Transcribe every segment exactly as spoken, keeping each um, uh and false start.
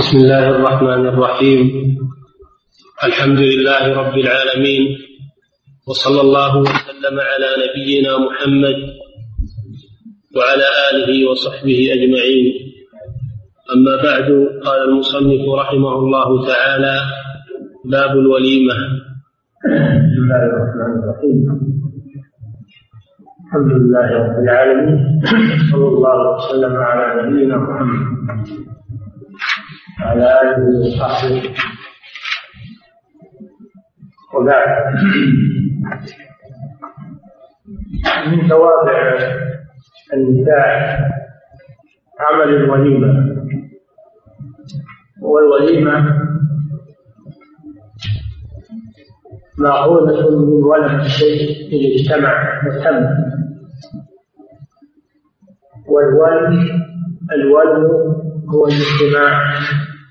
بسم الله الرحمن الرحيم. الحمد لله رب العالمين، وصلى الله وسلم على نبينا محمد وعلى آله وصحبه أجمعين. أما بعد، قال المصنف رحمه الله تعالى: باب الوليمة. بسم الله الرحمن الرحيم. الحمد لله رب العالمين، صلى الله وسلم على نبينا محمد وعلى آله وصحبه، وبعد. من توابع النكاح عمل الوليمة، والوليمة مأخوذة من ولم الشيء إذا اجتمع وتم، والولم الولم هو الاجتماع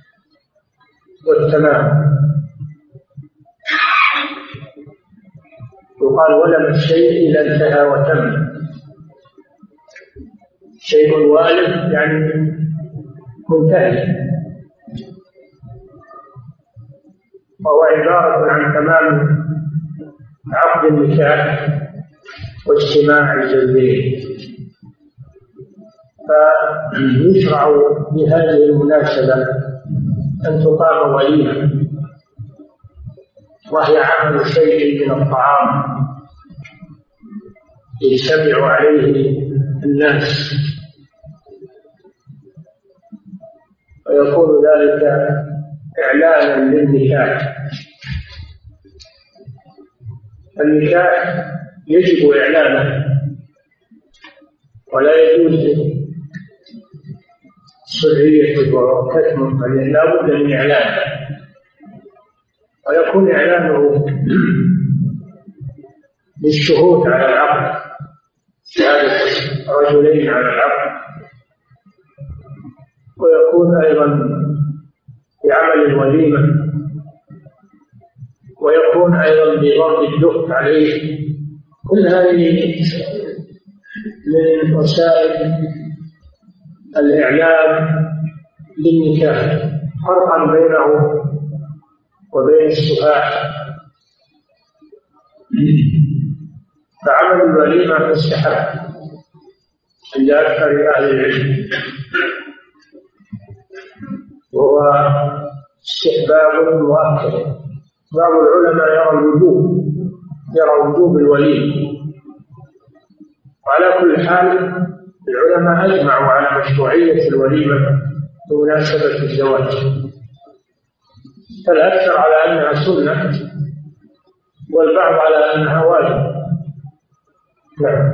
والتمام. يقال ولم الشيء إذا انتهى وتم. شيء والم يعني منتهي، وهو عبارة عن تمام عقد النكاح واجتماع الزوجين. فيشرع بهذه المناسبة أن تقام وليمة، وهي عمل شيء من الطعام يجتمع عليه الناس، ويكون ذلك إعلانا للنكاح. النكاح يجب إعلانه، ولا يجوز سرية وكتم، بل لا بد من إعلانه، ويكون إعلانه بالشهود على العقد، شهادة رجلين على العقد، ويكون أيضا بعمل الوليمة، ويكون أيضا بضرب الدف عليه. كل هذه من وسائل الإعلام للنكاح، فرقا بينه وبين السفاح. فعمل الوليمة مستحب عند أكثر أهل العلم، وهو استحباب مؤكد. بعض العلماء يرى الوجوب يرى وجوب الوليمة، وعلى كل حال العلماء أجمعوا على مشروعية الوليمة بمناسبة الزواج، فالأكثر على أنها سنة، والبعض على أنها واجب. نعم.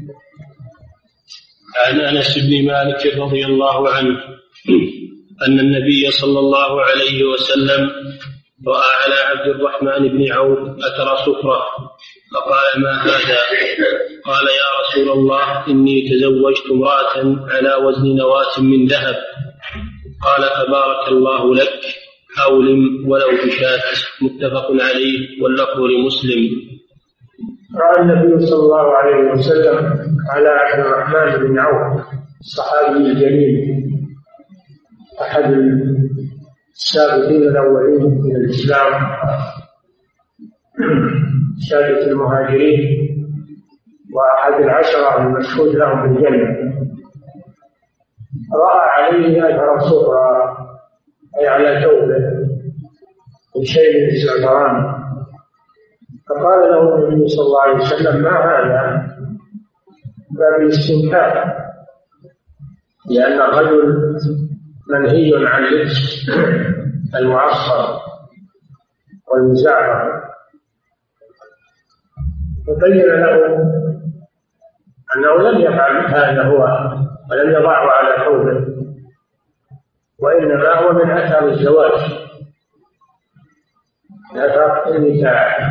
عن أنس بن مالك رضي الله عنه أن النبي صلى الله عليه وسلم رأى على عبد الرحمن بن عوف أثر صفرة، فقال: ما هذا؟ قال: يا رسول الله، إني تزوجت امرأة على وزن نواة من ذهب. قال: فبارك الله لك، أولم ولو بشاة. متفق عليه، واللفظ لمسلم. رأى النبي صلى الله عليه وسلم على عبد الرحمن بن عوف الصحابي الجليل، أحد السابقين الأولين من الإسلام، سادة المهاجرين، وأحد العشرة المشهود لهم بالجنة. رأى عليه أثر صفرة، أي على ثوبه بشيء من الزعفران، فقال له النبي صلى الله عليه وسلم: ما هذا؟ باب الاستنكار، لأن الرجل منهي عن لبس المعصر والمزعفر. فبين له أنه لم يفعل هذا هو، ولم يضعه على ثوبه، وإنما هو من أثر الزواج، من أثر النكاح.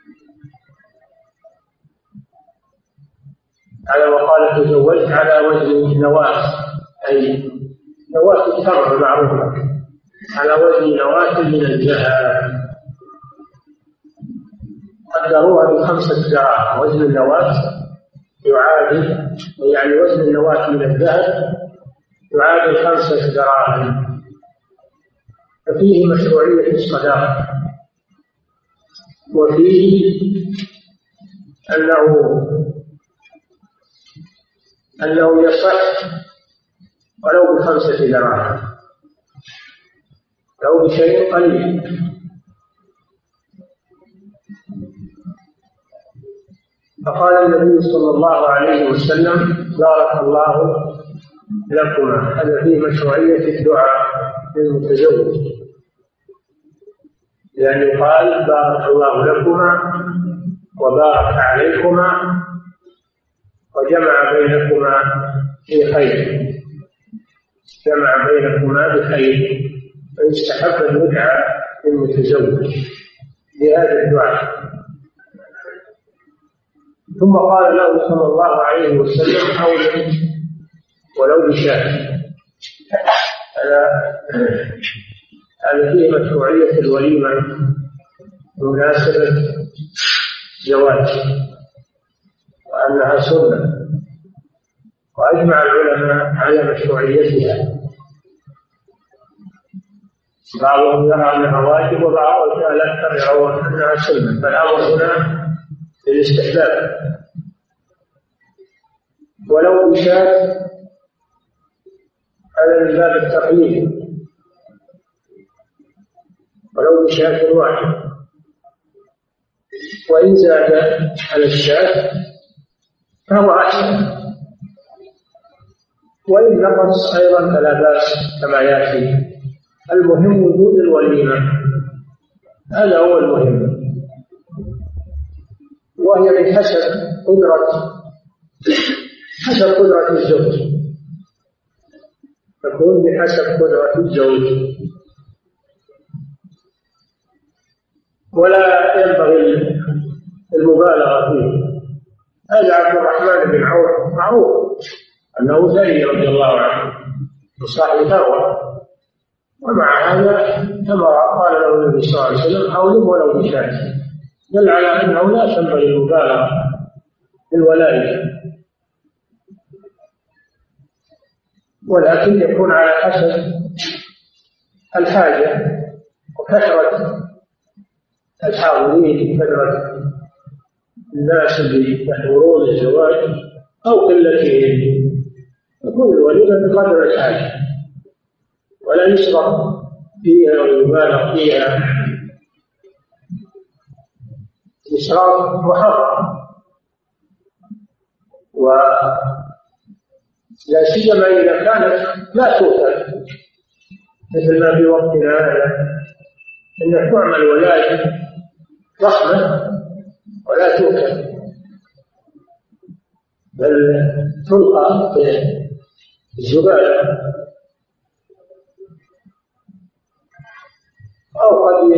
على وقال: تزوجت على وزن نواة، أي نواة التمر المعروفة، على وزن نواة من الذهب، قدروها بخمسة دراهم. وزن النواة يعادل، يعني وزن النواة من الذهب يعادل خمسة دراهم. ففيه مشروعية الصداقة، وفيه أنه أنه يصح ولو بخمسة دراهم، لو بشيء قليل. فقال النبي صلى الله عليه وسلم: بارك الله لكما. هذا فيه مشروعية الدعاء للمتزوج، لأن يعني قال: بارك الله لكما وبارك عليكما وجمع بينكما في خير، جمع بينكما بخير. فيستحب أن يدعى للمتزوج بهذا الدعاء. ثم قال له صلى الله عليه وسلم: أولم ولو بشاة. هذا فيه مشروعية الوليمة بمناسبة زواج، وأنها سنة، وأجمع العلماء على مشروعيتها. بعضهم يرى أنها واجب، وبعضهم الأكثر يرون أنها سنة، فالأمر هنا للاستحباب. ولو بشاة هذا من باب التقليد، ولو بشاة واحد، وإن زاد على الشاة فهو أحسن، وإن نقص أيضا فلا بأس كما يأتي. المهم وجود الوليمة، هذا هو المهم، وهي بحسب قدرة حسب قدرة الزوج، تكون بحسب قدرة الزوج، ولا ينبغي المبالغة فيه. هذا عبد الرحمن بن عوف معروف أنه زيد رضي الله عنه وصاحب ثروة، ومع هذا كما قال له النبي صلى الله عليه وسلم: أولم ولو بشاة، دل على أنه لا تنبغي المبالغة في الولائم، ولكن يكون على حسب الحاجة وكثرة الحاضرين، كثرة الناس اللي يحضرون الزواج أو قلتهم، تكون الوليمة بقدر الحاجة، ولا يسرف فيها ويبالغ فيها إسراف محرم. ولا سيما إذا كانت لا توكل، مثل ما في وقتنا هذا، أن تعمل ولائم ضخمة ولا توكل، بل تلقى في الزبالة، أو قد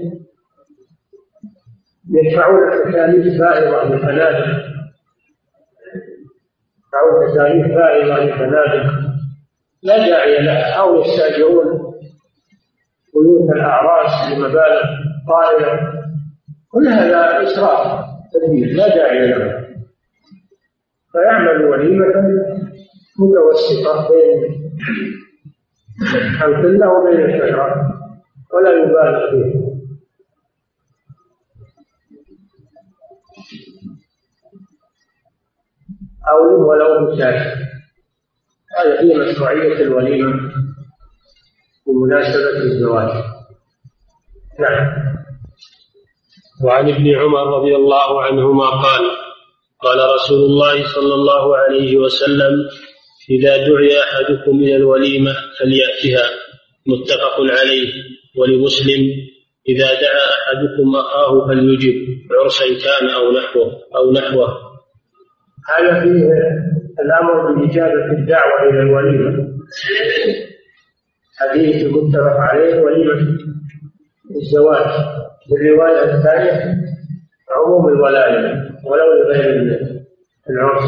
يدفعون تكاليف فائضة للفنادق، يدفعون تكاليف فائضة للفنادق لا داعي لها، أو يستأجرون بيوت الأعراس بمبالغ طائلة. كل هذا إسراف كبير لا داعي له. فيعمل وليمة متوسطة بين القلة وبين الكثرة، ولا يبالغ فيه. أولم ولو بشاة، هذا هي مشروعية الوليمة بمناسبة الزواج. نعم. وعن ابن عمر رضي الله عنهما قال: قال رسول الله صلى الله عليه وسلم: إذا دعي أحدكم إلى الوليمة فليأتها. متفق عليه. ولمسلم: إذا دعا أحدكم أخاه فليجب، عرسا كان أو نحوه أو نحوه. هذا فيه الأمر بإجابة الدعوة إلى الوليمة، حديث متفق عليه وليمة الزواج. بالرواية الثانية عموم الولائم ولو لغير العرس،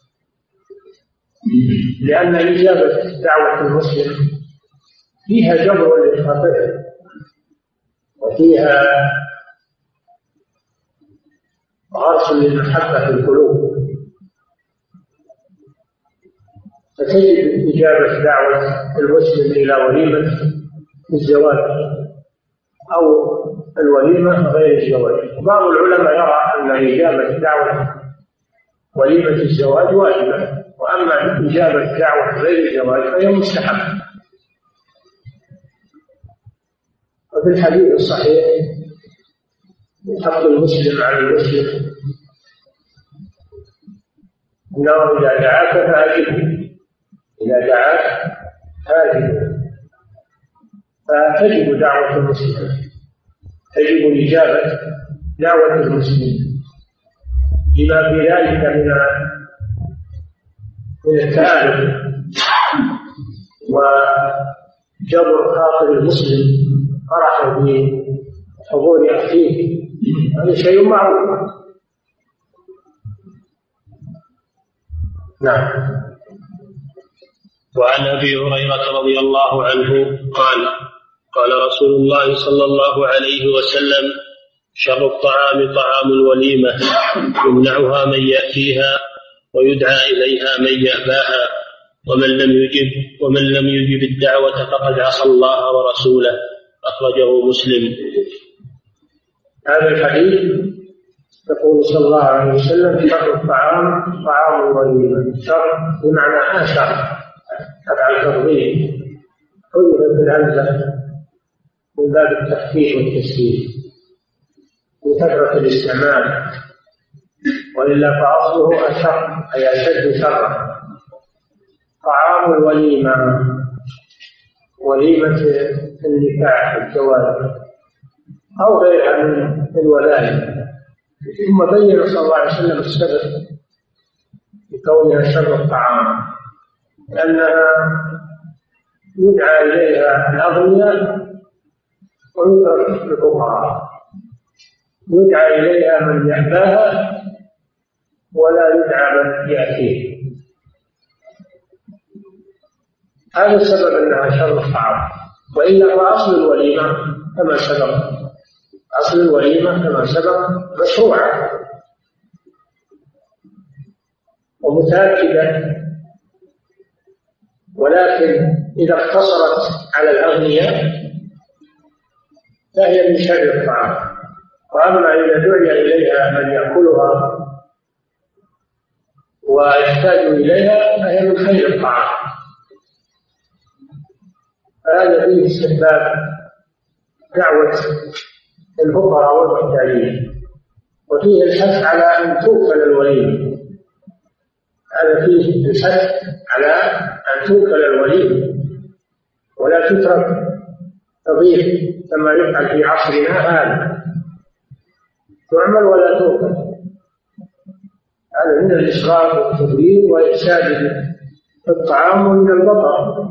لأن إجابة دعوة المسلم فيها جبر للخطيئة، وفيها غرس للمحبة في القلوب، فتجد إجابة دعوة المسلم إلى وليمة الزواج أو الوليمة غير الزواج. بعض العلماء يرى أن إجابة دعوة وليمة الزواج واجبة، وأما إجابة دعوة غير الزواج فهي مستحبة. وفي الحديث الصحيح حق المسلم على المسلم إنه إذا دعاك فأجبه، إذا دعاك فأجبه، فتجب دعوة المسلم، تجب إجابة دعوة المسلم لما في ذلك من من التآلف وجبر خاطر المسلم فرحه بحضور أخيه، هذا شيء معروف. نعم. وعن أبي هريرة رضي الله عنه قال قال رسول الله صلى الله عليه وسلم: شر الطعام طعام الوليمة، يمنعها من يأتيها ويدعى إليها من يأباها، ومن لم يجب ومن لم يجب الدعوة فقد عصى الله ورسوله. أخرجه مسلم. هذا الحديث يقول صلى الله عليه وسلم: شر الطعام طعام الوليمة. شر بمعنى آشر تبع التفضيل، حذفت الهمزة من باب التخفيف والتسهيل بكثرة الاستعمال، وإلا فأصله أشر أي أشد شرا. طعام الوليمة، وليمة النكاح الزواج أو غيرها من الولائم. ثم بين صلى الله عليه وسلم السبب لكونها شر الطعام، لأنها يدعى إليها الأغنياء ويترك الفقراء، يدعى إليها من يأباها ولا يدعى من يأتيه. هذا السبب أنها شر الطعام. وإلا فأصل الوليمة كما سبق، أصل الوليمة كما سبق مشروعة ومتأكدة، ولكن إذا اقتصرت على الأغنياء فهي من شر الطعام. وأما إذا دعي إليها من يأكلها ويحتاج إليها فهي من خير الطعام. فهذا فيه استحباب دعوة الفقراء والمحتاجين، وفيه الحث على أن توكل الوليمة. هذا فيه الحث على أن توكل الوليمة ولا تترك تضيع كما يفعل في عصرنا هذا، تعمل ولا توكل. هذا من الإسراف والتضليل وإفساد الطعام ومن البطر.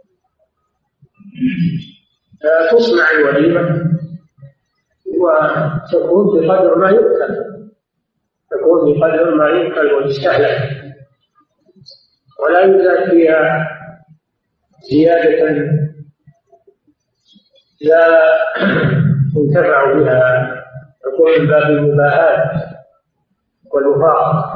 تصنع الوليمة وتكون بقدر ما يؤكل، تكون بقدر ما يؤكل ويستهلك، ولا يزاد فيها زيادة لا ينتفع بها، تكون من باب المباهات والوفاق.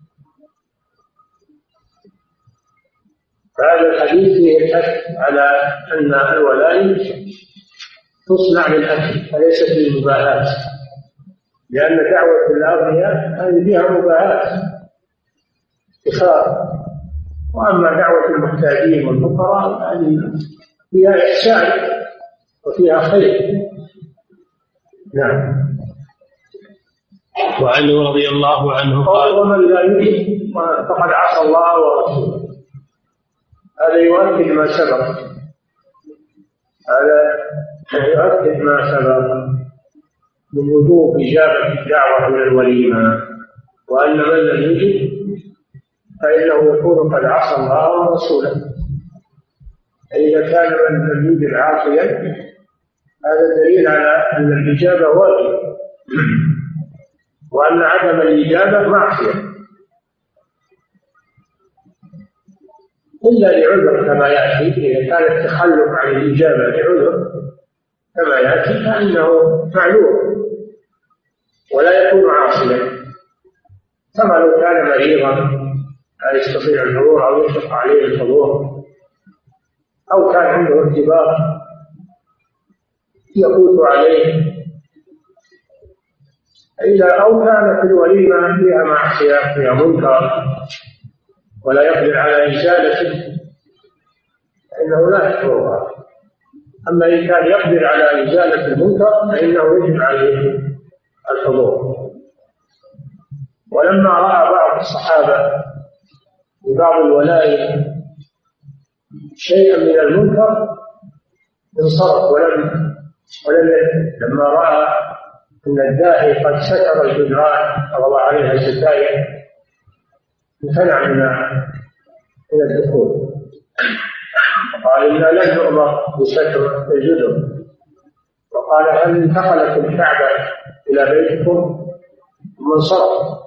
فهذا الحديث فيه الحث على أن الولائم تصنع للأكل وليست للمباهات، لأن دعوة الأغنياء هذه فيها مباهات افتخار، وأما دعوة المحتاجين والفقراء هذه فيها إحسان وفيها خير. نعم. وعنه رضي الله عنه قال: ومن لا يجب فقد عصى الله ورسوله. هذا يؤكد ما سبق، هذا يؤكد ما سبق من وجوب إجابة الدعوة إلى الوليمة، وأن من لم يجب فإنه يكون قد عصى الله ورسوله. إذا كان من لم يجب عاصيا هذا دليل على أن الإجابة واجب، وأن عدم الإجابة معصية إلا لعذر كما يأتي. إذا كان التخلف عن الإجابة لعذر كما يأتي فإنه معلوم ولا يكون عاصيا، كما لو كان مريضا لا يستطيع الحضور أو يشق عليه الحضور، أو كان عنده ارتباط يفوت عليه، إذا أو كانت الوليمة فيها معصية فيها منكر ولا يقدر على إزالته فإنه لا يحضرها. أما إن كان يقدر على إزالة المنكر فإنه يجب عليه الحضور. ولما رأى بعض الصحابة ببعض الولائم شيئا من المنكر انصرف ولم ولم يدخل. لما رأى أن الداعي قد ستر الجدران ووضع عليها الستائر امتنع من من الدخول، قال إنا لن نؤمر بستر الجدر، وقال هل انتقلت الكعبة إلى بيتكم؟ منصرف.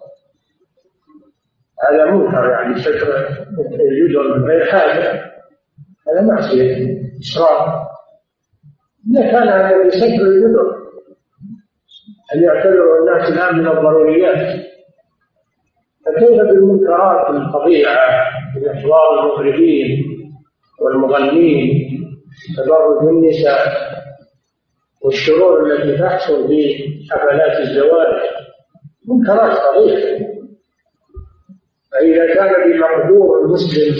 هذا منكر، يعني ستر الجدر من غير حاجة هذا معصية إسراف. إذا كان هذا بستر الجدر أن يعتبر الناس الآن من الضروريات، فكيف بالمنكرات الفظيعة من أحوال المغربين والمغنين، تبرج النساء والشرور التي تحصل في حفلات الزواج، منكرات فظيعة. فإذا كان بمقدور المسلم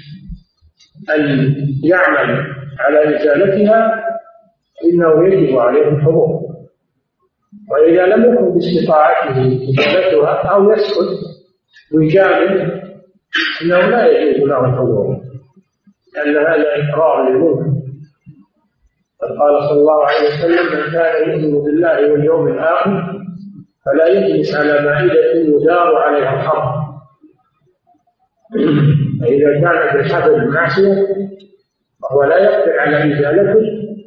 أن يعمل على إزالتها إنه يجب عليه الحضور، وإذا لم يكن باستطاعته إزالتها أو يسكت ويجامل إنه لا يجوز له الحضور، لأن هذا إقرار للمنكر. قال صلى الله عليه وسلم من كان يؤمن بالله واليوم الآخر فلا يجلس على مائدة يدار عليها الحرب. فإذا كان بالحفل المعصية وهو لا يقدر على إزالته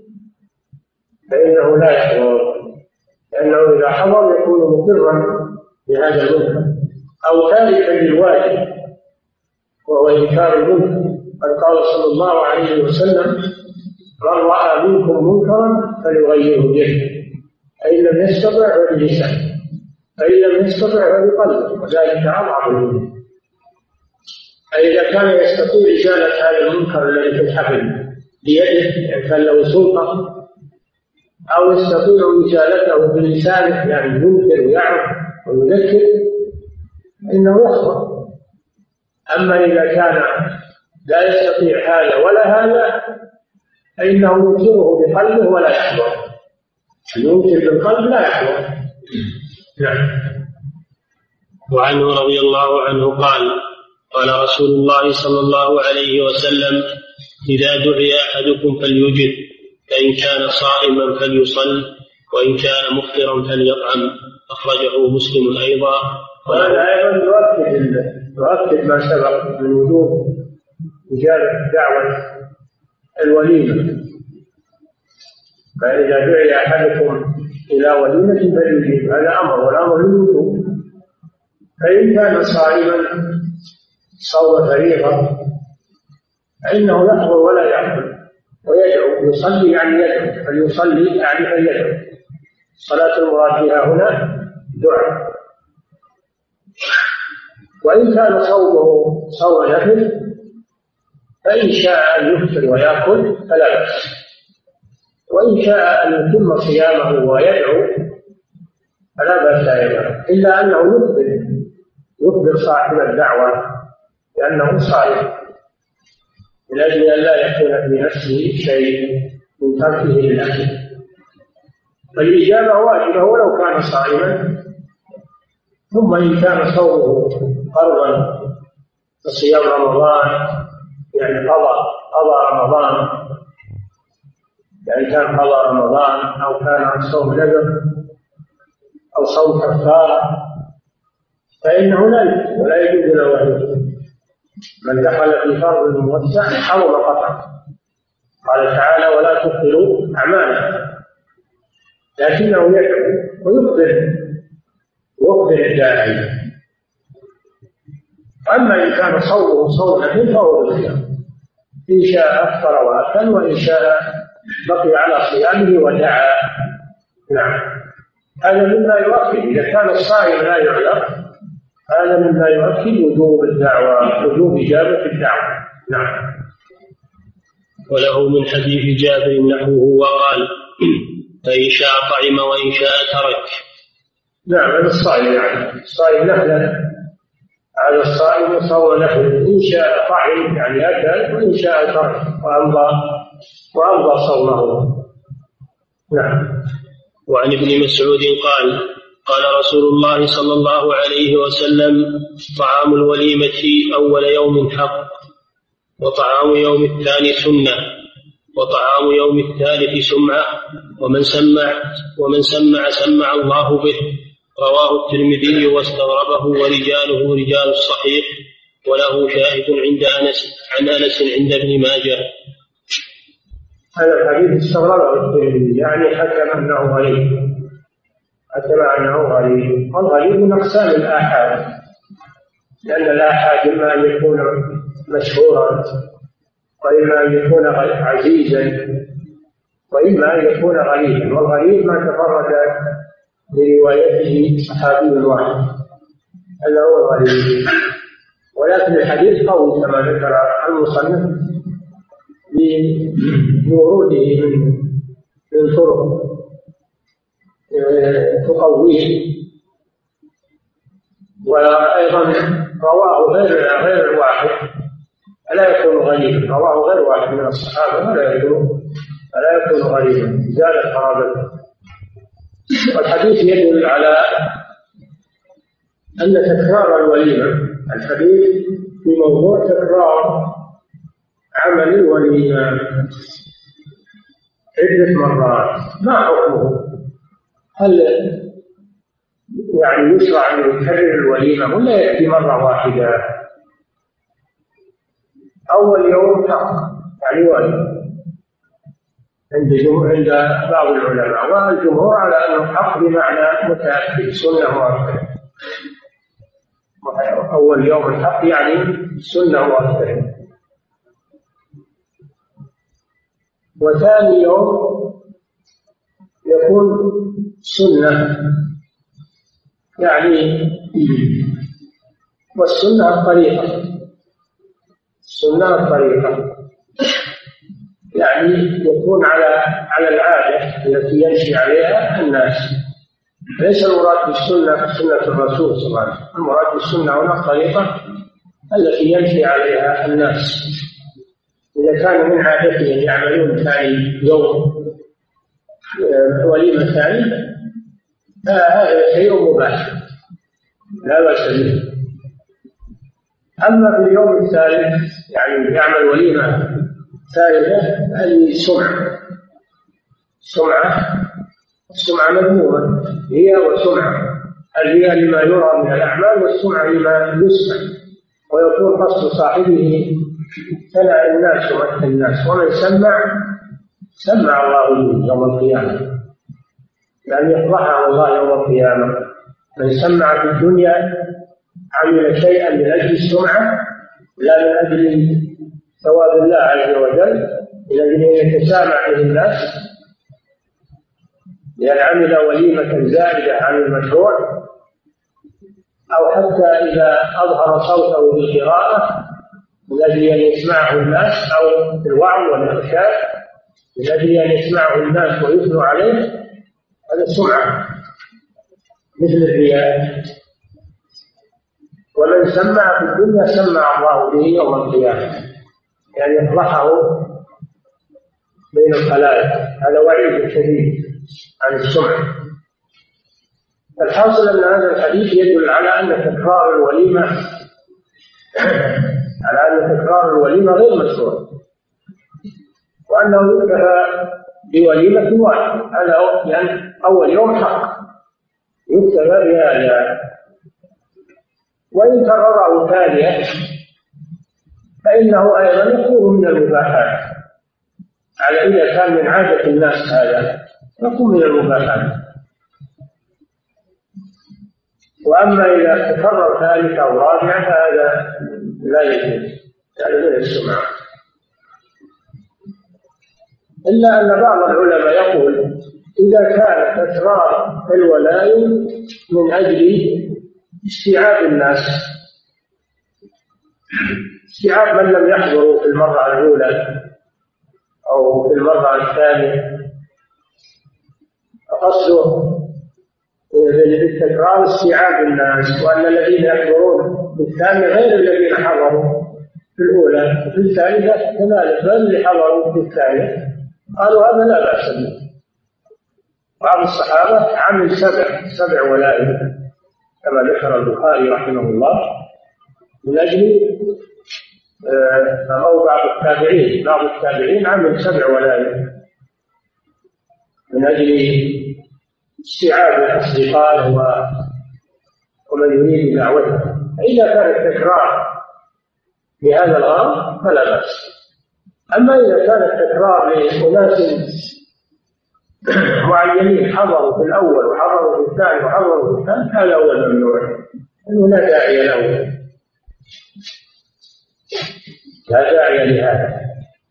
فإنه لا يحضر، لأنه إذا حضر يكون مقرا بهذا المنكر أو تاركا للواجب وهو إنكار المنكر. قد قال صلى الله عليه وسلم من رأى منكم منكرا فليغيره بيده، فإن لم يستطع فبلسانه، فإن لم يستطع فبقلبه، وذلك أضعف منه. فإذا كان يستطيع إزالة هذا المنكر الذي في الحفل بيده، يعني كان له سلطة، أو يستطيع إزالته بلسانه، يعني ينكر ويعرف ويذكر، فإنه يحضر. أما إذا كان لا يستطيع هذا ولا هذا فإنه ينكره بقلبه ولا يحضر. ينكر بالقلب لا يحضر. نعم. وعنه رضي الله عنه قال قال رسول الله صلى الله عليه وسلم إذا دعي أحدكم فليجب، فإن كان صائما فليصل، وإن كان مفطرا فليطعم. أخرجه مسلم أيضا. وهذا أيضا يؤكد يؤكد ما سبق من وجوب إجابة دعوة الوليمة. فإذا دعي أحدكم إلى وليمة فليجب، هذا أمر، والأمر للوجوب. فإن كان صائما صوم فريضة فإنه يحضر ولا يحضر ويدعو، يصلي يعني يدعو، فليصلي يعني فليدعو. صلاة المراد بها هنا دعاء. وإن كان صومه صوم نفل فإن شاء أن يفطر ويأكل فلا بأس، وإن شاء أن يتم صيامه ويدعو فلا بأس أيضا، إلا أنه يخبر يخبر صاحب الدعوة لأنه صائم، من أجل أن لا يكون في نفسه شيء من تركه للأكل. فالإجابة واجبة ولو كان صائما. ثم إن كان صومه فرضا كصيام رمضان، يعني قضى قضى رمضان، يعني كان قضى رمضان، أو كان صوم نذر أو صوم كفارة، فإنه لا يجوز ولا يجوز له أن يفطر. من دخل في فرض موسع حرم قطعا. قال تعالى ولا تبطلوا أعمالكم، لكنه يدعو ويخبر يخبر الداعي. أما إن كان صومه صوم نفل فهو بالخيار، إن شاء أفطر وأكل، وإن شاء بقي على صيامه ودعا. نعم. هذا مما يؤكد إذا كان الصائم لا يعلم، هذا مما يؤكد وجوب الدعوة، وجوب إجابة الدعوة. نعم. وله من حديث جابر نحوه وقال فإن شاء طعم وإن شاء ترك. نعم هذا الصائم يعني الصائم نفلا على الصائم صوم نفلا إن شاء طعم يعني أكل وإن شاء ترك وأمضى وأمضى صومه. نعم. وعن ابن مسعود قال قال رسول الله صلى الله عليه وسلم طعام الوليمة أول يوم حق، وطعام يوم الثاني سنة، وطعام يوم الثالث سمعة، ومن سمع ومن سمع سمع الله به. رواه الترمذي واستغربه ورجاله رجال الصحيح، وله شاهد عند أنس عن أنس عند ابن ماجه. هذا الحديث استغربه الترمذي يعني حكم أنه غريب، حكم أنه غريب. والغريب من أقسام الآحاد، لأن الآحاد إما أن يكون مشهورا وإما أن يكون عزيزا وإما أن يكون غريبا، والغريب ما تفرد بروايته صحابي واحد، هذا هو الغريب. ولكن الحديث قوي كما ذكر المصنف بوروده من من طرق تقويه، وأيضا رواه غير غير الواحد فلا يكون غريبا، رواه غير واحد من الصحابة ولا يكون فلا يكون غريبا، زادت قرابته. والحديث يدل على أن تكرار الوليمة، الحديث في موضوع تكرار عمل الوليمة عدة مرات، ما حكمه؟ هل يعني يشرع أن يكرر الوليمة ولا يأتي مرة واحدة؟ أول يوم حق يعني واجب عند عند بعض العلماء، والجمهور على أنه حق بمعنى متأكد سنة مؤكدة. أول يوم الحق يعني سنة مؤكدة. وثاني يوم يكون سنة يعني، والسنة الطريقة، السنة الطريقة يعني يكون على على العادة التي يمشي عليها الناس. ليس المراد بالسنة سنة الرسول صلى الله عليه وسلم، المراد بالسنة هنا الطريقة التي يمشي عليها الناس. إذا كان من عادتهم يعملون ثاني يوم وليمة ثانية هذا شيء مباح لا بأس به. أما في اليوم الثالث يعني يعمل وليمة ثالثة هذه سمعة، سمعة السمعة مذمومة هي وسمعة، هي لما يرى من الأعمال والسمعة لما يسمع، ويكون قصد صاحبه ثناء الناس ومدح الناس. ومن سمع سمع الله به يوم القيامة، يعني يفضحه الله يوم القيامة. من سمع في الدنيا عمل شيئا من أجل السمعة لا من أجل ثواب الله عز وجل، من أجل أن يتسامع به الناس، لأن عمل وليمة زائدة عن المشروع، أو حتى إذا أظهر صوته بالقراءة من أجل أن يسمعه الناس، أو بالوعظ والإرشاد من أجل أن يسمعه الناس ويثنوا عليه، هذا سمعة مثل الرياء. ومن سمع في الدنيا سمع الله به يوم القيامة، يعني يفضحه بين الخلائق. هذا وعيد شديد عن السمع. الحاصل أن هذا الحديث يدل على أن تكرار الوليمة على أن تكرار الوليمة غير مشروع، وأنه يكتفى بوليمة واحدة، هذا يعني أول يوم حق يكتفى بهذا. وإن كرره ثانية فإنه أيضا يكون من المباحات، على إذا كان من عادة الناس هذا يكون من المباحات. وأما إذا تكرر ثالثة أو رابعة فهذا لا يجوز، هذا من السمعة. إلا أن بعض العلماء يقول إذا كان تكرار الولائم من أجل استيعاب الناس، استيعاب من لم يحضروا في المرة الأولى أو في المرة الثانية، وقصده بالتكرار استيعاب الناس، وأن الذين يحضرون في الثانية غير الذين حضروا في الأولى، وفي الثالثة كذلك غير اللي حضروا في الثانية. قالوا هذا لا بأس به. بعض الصحابة عمل سبع سبع ولائم كما ذكر البخاري رحمه الله، من أجل أو بعض التابعين بعض التابعين عمل سبع ولائم من أجل استيعاب الأصدقاء ومن يريد دعوته. إذا كان التكرار بهذا الغرض فلا بأس. أما إذا كان التكرار لأناس معينين حضروا في الأول وحضروا في الثاني وحضروا في الثالث، هذا هو الممنوع، أنه لا داعي له، لا داعي لهذا.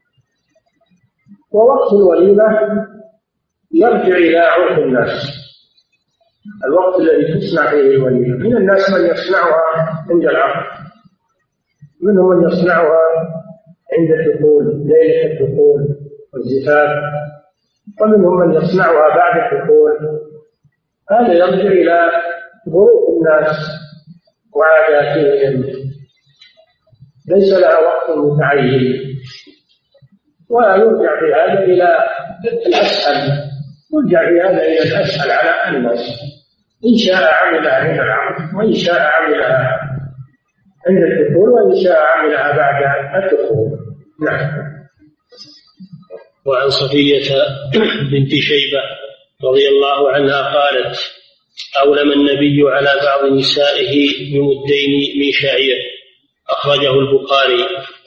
ووقت الوليمة يرجع إلى عرف الناس، الوقت الذي تصنع فيه الوليمة. من الناس من يصنعها عند العقد، منهم من يصنعها عند الدخول، ليلة الدخول والزفاف، ومنهم من يصنعها بعد الدخول. هذا يرجع إلى ظروف الناس وعاداتهم، ليس لها وقت متعين. ولا يرجع في هذا إلى الأسهل، يرجع في هذا إلى الأسهل على الناس. إن شاء عملها عند العقد، وإن شاء عملها عند الدخول، وإن شاء عملها بعد الدخول. نعم. وعن صفية بنت شيبة رضي الله عنها قالت: أولم النبي على بعض نسائه بمدين من شعير، أخرجه البخاري.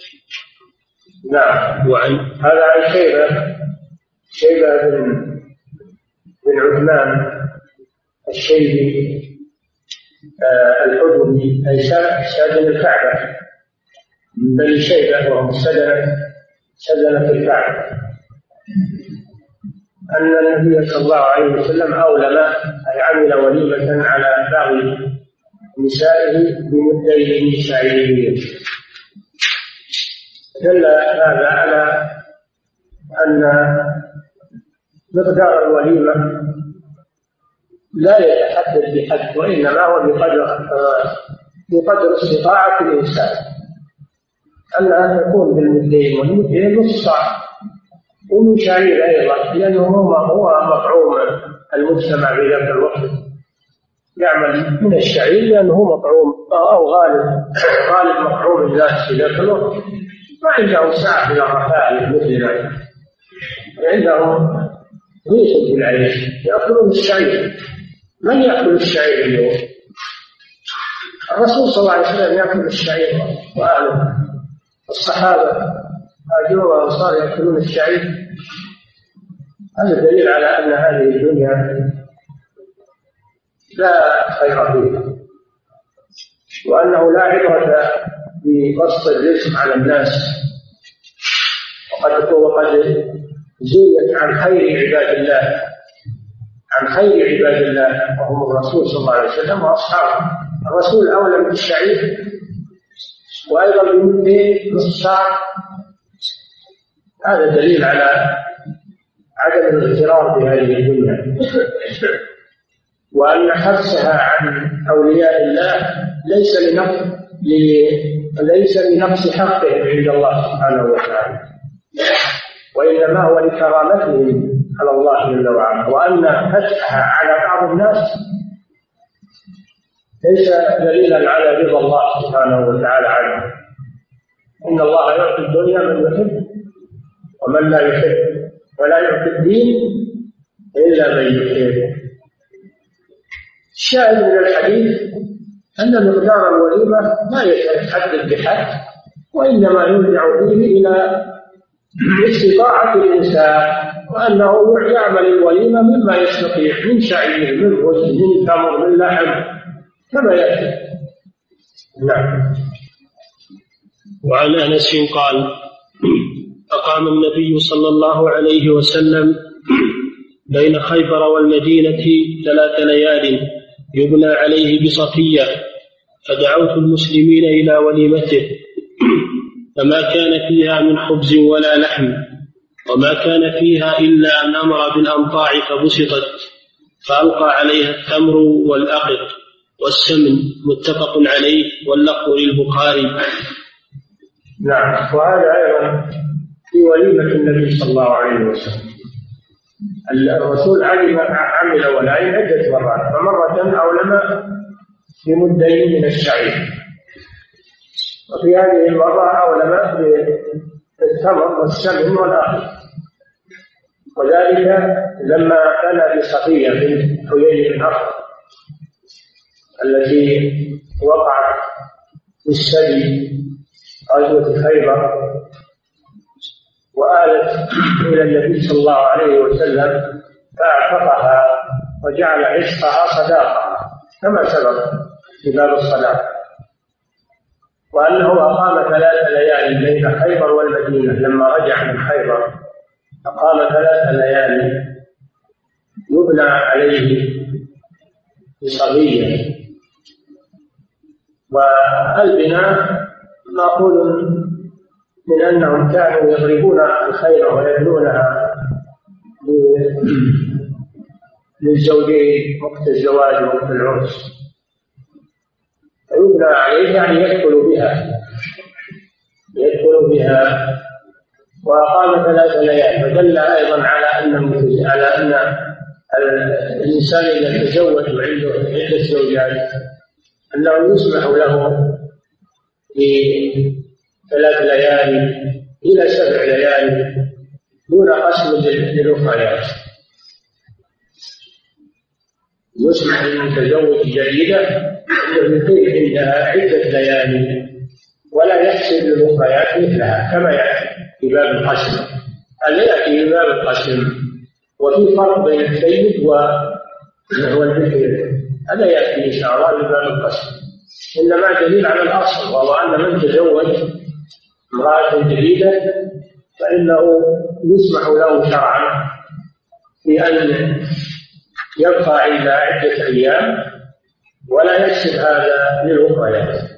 نعم. وعن هذا عن شيبة شيبة بن بن عثمان الشيبي الحجري، أي سادن الكعبة من بني شيبة، وهم سدنة سدنة الكعبة، أن النبي صلى الله عليه وسلم أولم، أي عمل وليمة على بعض نسائه بمدين من شعير. دل هذا على أن مقدار الوليمة لا يتحدد بحد، وإنما هو بقدر بقدر استطاعة الإنسان، أنها تكون بالمدين، والمدين نصف صاع، ومن شعير أيضا، لأنه هو مطعوم المجتمع في ذاك الوقت، يعمل من الشعير لأنه هو مطعوم أو غالب غالب مطعوم الناس في ذاك الوقت. ما عندهم ساعة من الرفاهية مثلنا، عندهم ريش بالعيش، يأكلون الشعير. من يأكل الشعير اليوم؟ الرسول صلى الله عليه وسلم يأكل الشعير وآله، الصحابة هاجروا والأنصار يأكلون الشعير. هذا دليل على أن هذه الدنيا لا خير فيها، وأنه لا عبرة ببسط الرزق على الناس، وقد وقد زيت عن خير عباد الله عن خير عباد الله وهم الرسول صلى الله عليه وسلم وأصحابه. الرسول أولى بالشعير، وأيضا بمدين نصف ساعة. هذا دليل على عدم الاغترار بهذه الدنيا، وأن حبسها عن أولياء الله ليس لنقص ليس لنقص حقهم عند الله سبحانه وتعالى، وإنما هو لكرامتهم على الله جل وعلا. وأن فتحها على بعض الناس ليس دليلا على رضا الله سبحانه وتعالى عنه. إن الله يعطي الدنيا من يحب ومن لا يحب، ولا يعطي الدين إلا من يحب. الشاهد من الحديث أن مقدار الوليمة لا يتحدد بحد، وإنما يرجع فيه إلى استطاعة الإنسان، وأنه يعمل الوليمة مما يستطيع من شعير، من رز، من تمر، من لحم، كما يأتي. نعم. وعن أنس قال: أقام النبي صلى الله عليه وسلم بين خيبر والمدينة ثلاث ليال يبنى عليه بصفية، فدعوت المسلمين إلى وليمته، فما كان فيها من خبز ولا لحم، وما كان فيها إلا أن أمر بالأمطاع فبسطت، فألقى عليها التمر والأقط والسمن، متفق عليه، واللفظ للبخاري. نعم. وهذا أيضا في وليمة النبي صلى الله عليه وسلم. الرسول علم عمل ولائم عدة مرات، فمرة أولم بمدين من الشعير، وفي هذه المرة أولم بالتمر والسمن والأقط، وذلك لما كان بصفية بنت حيي بن أخطب التي وقعت في السبي غزوة خيبر، وآلت إلى النبي صلى الله عليه وسلم فاعتقها وجعل عشقها صداقة كما سبق في باب الصلاة، وأنه أقام ثلاث ليال بين خيبر والمدينة. لما رجع من خيبر أقام ثلاث ليال يبنى عليه بصبية، والبناء مأخوذ من أنهم كانوا يضربون الخيل ويبنونها للزوجين وقت الزواج وقت العرس، فيبنى عليه يعني يدخل بها يدخل بها وأقام ثلاث ليال. فدل أيضا على أن على أن الإنسان إذا تزوج وعنده عدة زوجات أنه يسمح له بثلاث ليالي إلى سبع ليالي دون قسم للأخريات. يسمح للمتزوج جديدة أنه يقيم عندها عدة ليالي ولا يحسب للأخريات مثلها كما يأتي في باب القسم. هذا يأتي في باب القسم، وفي فرق بين السيد والبكر، هذا يأتي إن شاء الله في باب القسم. إنما دليل على الأصل، وهو أن من تزوج امرأة جديدة فإنه يسمح له شرعا في أن يبقى عند عدة أيام ولا يحسب هذا للأخريات.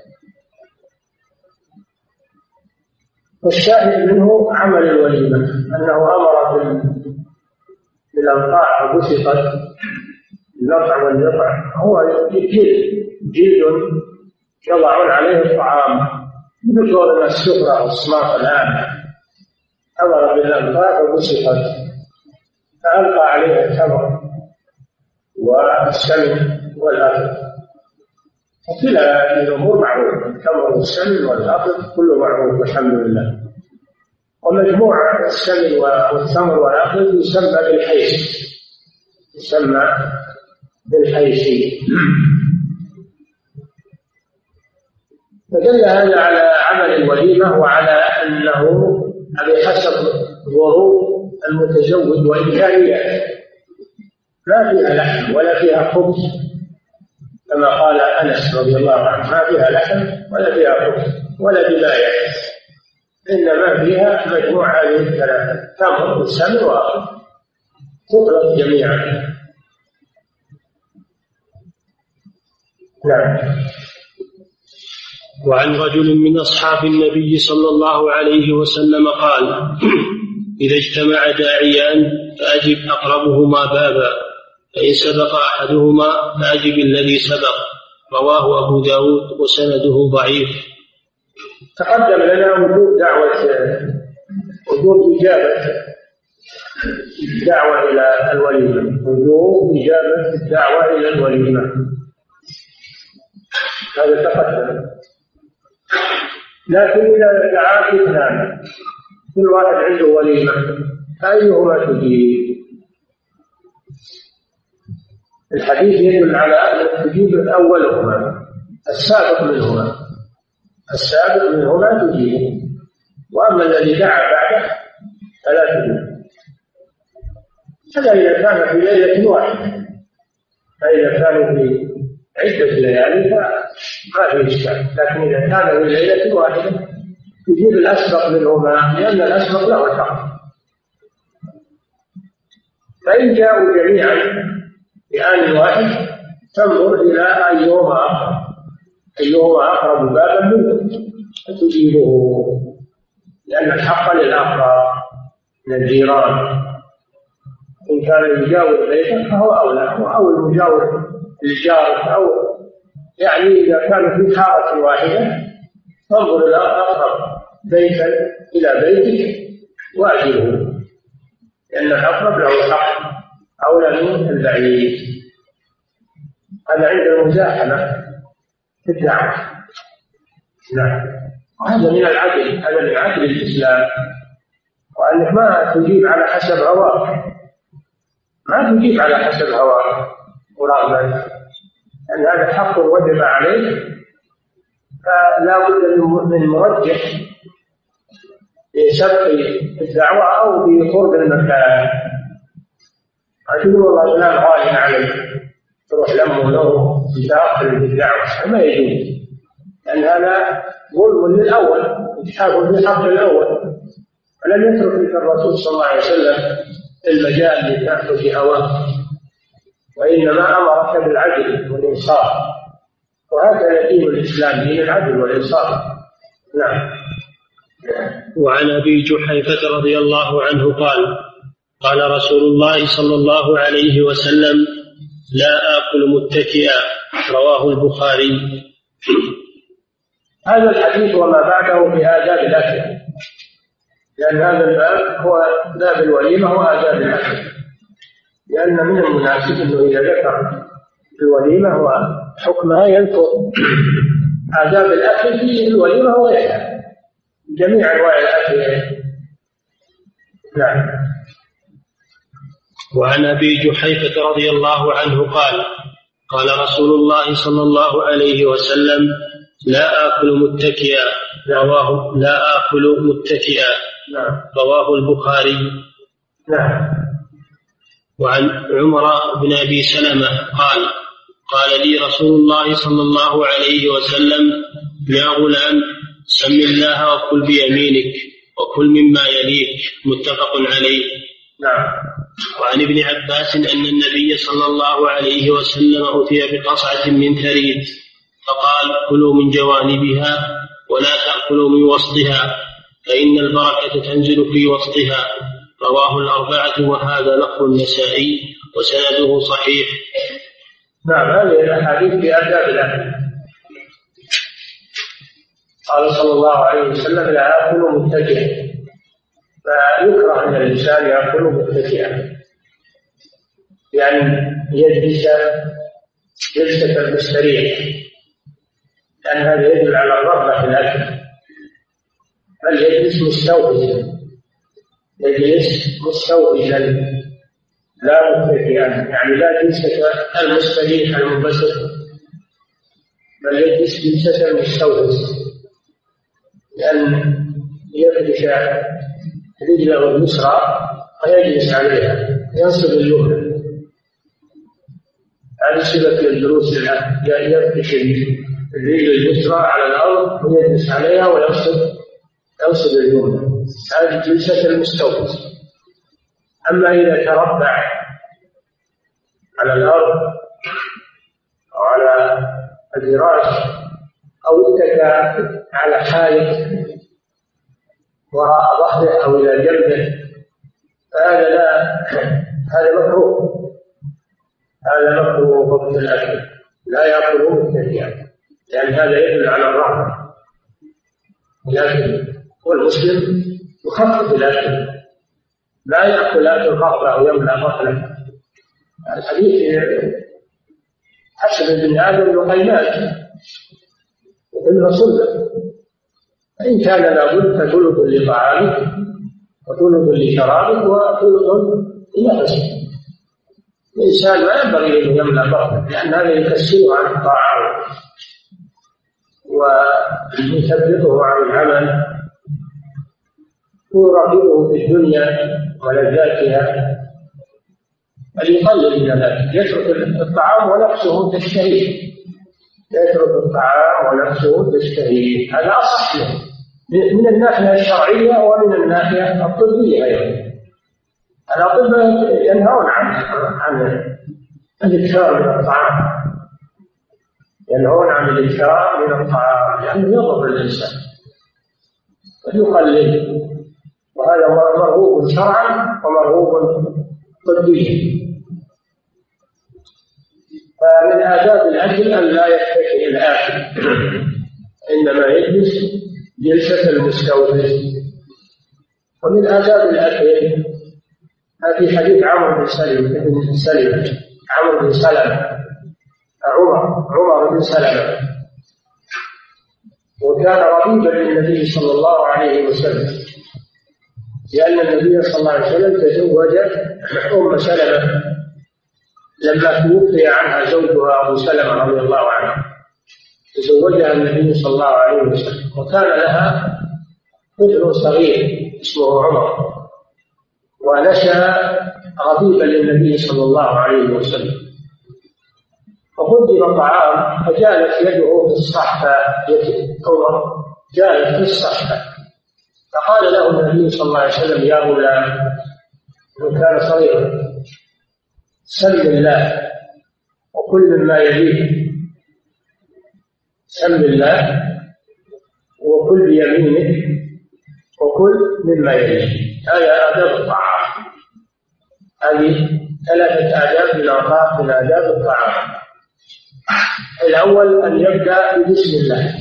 والشاهد منه عمل الوليمة أنه أمر بالأنقاع فبسطت النطع والنطع، هو جلد جلد يضعون عليه الطعام بدون السفرة والصماط الآن. أمر بالأنقاع فبسطت فألقى عليه التمر والسمن والأكل، وكلا الأمور معروفة، التمر والسمن والأكل كله معروف والحمد لله. ومجموع السمن والتمر والأكل يسمى بالحيش، يسمى بالحيشي. فدل هذا على عمل الوليمة وعلى أنه بحسب ظروف المتزوج وإمكانياته، لا فيها لحم ولا فيها خبز كما قال أنس رضي الله عنه، ما فيها لحم ولا فيها خبز ولا دباية، إنما فيها مجموعة هذه الثلاثة، تمر والسمن وأكل، تطلق جميعا. نعم. وعن رجل من أصحاب النبي صلى الله عليه وسلم قال: إذا اجتمع داعيان فأجب أقربهما بابا، فإن سبق أحدهما فأجب الذي سبق. رواه أبو داود وسنده ضعيف. تقدم لنا وجود دعوة وجود إجابة الدعوة إلى الوليمة، وجود إجابة الدعوة إلى الوليمة، هذا تقدم. لكن إذا دعاك اثنان كل واحد عنده وليمة فأيهما تجيب؟ الحديث يدل على أن تجيب أولهما، السابق منهما السابق منهما تجيب، وأما الذي دعا بعده فلا تجيب. هذا إذا كان في ليلة واحدة، فإذا كانوا في عدة ليالي فما في إشكال، لكن إذا كان في ليلة واحدة تجيب الأسبق منهما، لأن الأسبق له الحق. فإن جاءوا جميعا بآن واحد تنظر إلى أيهما أقرب أيهما أقرب بابا منه فتجيبه، لأن الحق للأقرب من الجيران. إن إن كان يجاور بيتك فهو أولى، أو المجاور للجار، أو يعني إذا كان في حارة واحدة فانظر إلى أقرب بيتا إلى بيتك واجبه، لأن الأقرب له حق أولى من البعيد. هذا عند المزاحمة في الدعوة. نعم، وهذا من العدل، هذا من عدل الإسلام، وأنك ما تجيب على حسب هواك، ما تجيب على حسب هواك ورغبتك، لأن هذا حق وجب عليك، فلا بد من مرجح لسبق الدعوة أو بقرب المكان. أقول والله فلان غالي عليك، تروح لمه له تدخل في الدعوة، ما يجوز، لأن هذا ظلم للأول، إتحاف في حق الأول. ولم يترك الرسول صلى الله عليه وسلم المجال لتأخذ في هواه، وإنما أمرك بالعدل والإنصاف، وهكذا دين الإسلام، دين العدل والإنصاف. نعم. وعن أبي جحيفة رضي الله عنه قال قال رسول الله صلى الله عليه وسلم: لا آكل متكئا، رواه البخاري. هذا الحديث وما بعده في آداب الأكل، لأن هذا الباب هو باب الوليمة وآداب الأكل، لأن من المناسب أنه إذا ذكر الوليمة وحكمها يذكر آداب الأكل في الوليمة وغيرها، جميع أنواع الأكل. نعم. وعن أبي جحيفة رضي الله عنه قال قال رسول الله صلى الله عليه وسلم: لا آكل متكئا، رواه لا آكل متكئا، رواه البخاري. نعم. وعن عمر بن أبي سلمة قال قال لي رسول الله صلى الله عليه وسلم: يا غلام، سم الله وكل بيمينك وكل مما يليك، متفق عليه. نعم. وعن ابن عباس أن النبي صلى الله عليه وسلم أتي بقصعة من ثريد فقال: كلوا من جوانبها ولا تأكلوا من وسطها، فإن البركة تنزل في وسطها، رواه الأربعة، وهذا لفظ النسائي وسنده صحيح. نعم. هذه الأحاديث في آداب الأكل. قال صلى الله عليه وسلم: لا آكل متكئا، فيكره أن الإنسان يأكل متكئا، يعني يجلس جلسة المستريح، لأن هذا يدل على الرغبة في الأكل، بل يجلس مستوفزا، يجلس مستوفزا لا متكئا، يعني لا جلسة المستريح المنبسط، بل يجلس جلسة المستوفز، لأن يفرش رجله اليسرى ويجلس عليها، ينصب اليمنى. هذه صفة الجلوس للأكل، يفرش الرجل اليسرى على الأرض ويجلس عليها وينصب ينصب اليمنى، هذه جلسة المستوفز. أما إذا تربع على الأرض أو على الفراش أو اتكى على حائط وراء ظهره أو إلى جنبه، فهذا لا هذا مكروه، هذا مكروه قبل الأكل، لا يأكله متكئا، لأن هذا يدل على الرغبة. لكن والمسلم يخفف الأكل، لا يأكل أكل الرغبة أو يملأ بطنه. الحديث حسب ابن آدم لقيمات وابن صلبة، فإن كان لابد فثلث لطعامك وثلث لشرابك وثلث لنفسك. الإنسان ما ينبغي أن يملأ بطنه، لأن هذا يكسره عن الطاعة ويثبطه عن العمل ويراقبه في الدنيا ولذاتها، بل يقلل من ذلك، يترك الطعام ونفسه تشتهيه، يترك الطعام ونفسه تشتهيه، هذا أصح له من الناحية الشرعية ومن الناحية الطبية أيضا. الأطباء ينهون عن عن الإكثار من الطعام، ينهون عن الإكثار من الطعام لأنه يضر الإنسان، فليقلل، وهذا مرغوب شرعا ومرغوب طبية. فمن آداب الأكل أن لا يتكئ الآكل، إنما يجلس جلسة المستوفي. ومن آداب الأكل في حديث عمرو بن سلمة بن سلمة عمرو بن سلمة عمر عمر بن سلمة، وكان ربيبا للنبي صلى الله عليه وسلم، لأن النبي صلى الله عليه وسلم تزوج أم سلمة لما توفي عنها زوجها أبو سلمة رضي الله عنه، تزوجها النبي صلى الله عليه وسلم، وكان لها طفل صغير اسمه عمر، ونشأ ربيبا للنبي صلى الله عليه وسلم. فقدم طعام فجالت يده في الصحفة، يد عمر جالت في الصحفة، فقال له النبي صلى الله عليه وسلم: يا غلام، وكان صغيرا، سم الله وكل مما يليك، سم الله وكل بيمينك وكل مما يليك. هذه آداب الطعام، هذه ثلاثة آداب من أربعة من آداب الطعام. الأول أن يبدأ ببسم الله،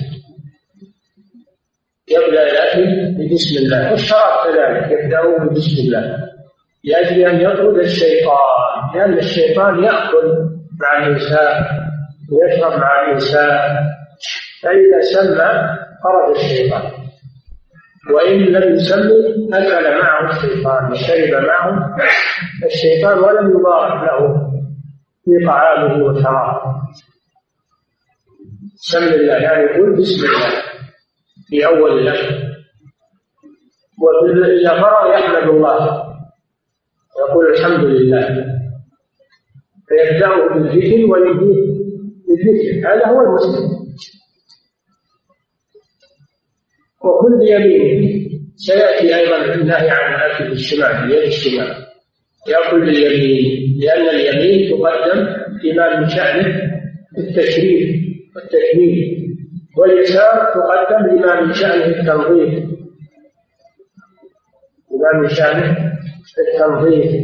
يبدأ الأكل ببسم الله، والشراب كذلك يبدأ ببسم الله، لأجل أن يطرد الشيطان، لأن الشيطان يأكل مع الإنسان ويشرب مع الإنسان، فإذا سمى خرج الشيطان، وإن لم يسمي أكل معه الشيطان وشرب معه الشيطان ولم يبارك له في طعامه وشرابه. سم الله يعني يقول بسم الله في أول الأكل، وإذا فرغ يحمد الله يقول الحمد لله، فيبدأه بالذكر وينهيه بالذكر، هذا هو المسلم. وكل بيمينه، سيأتي أيضا النهي عن الأكل بالشمال، بيد الشمال، يأكل باليمين، لأن اليمين تقدم فيما من شأنه التشريف والتكميل، واليسار تقدم لما من شأنه التنظيف، لما من شأنه التنظيف.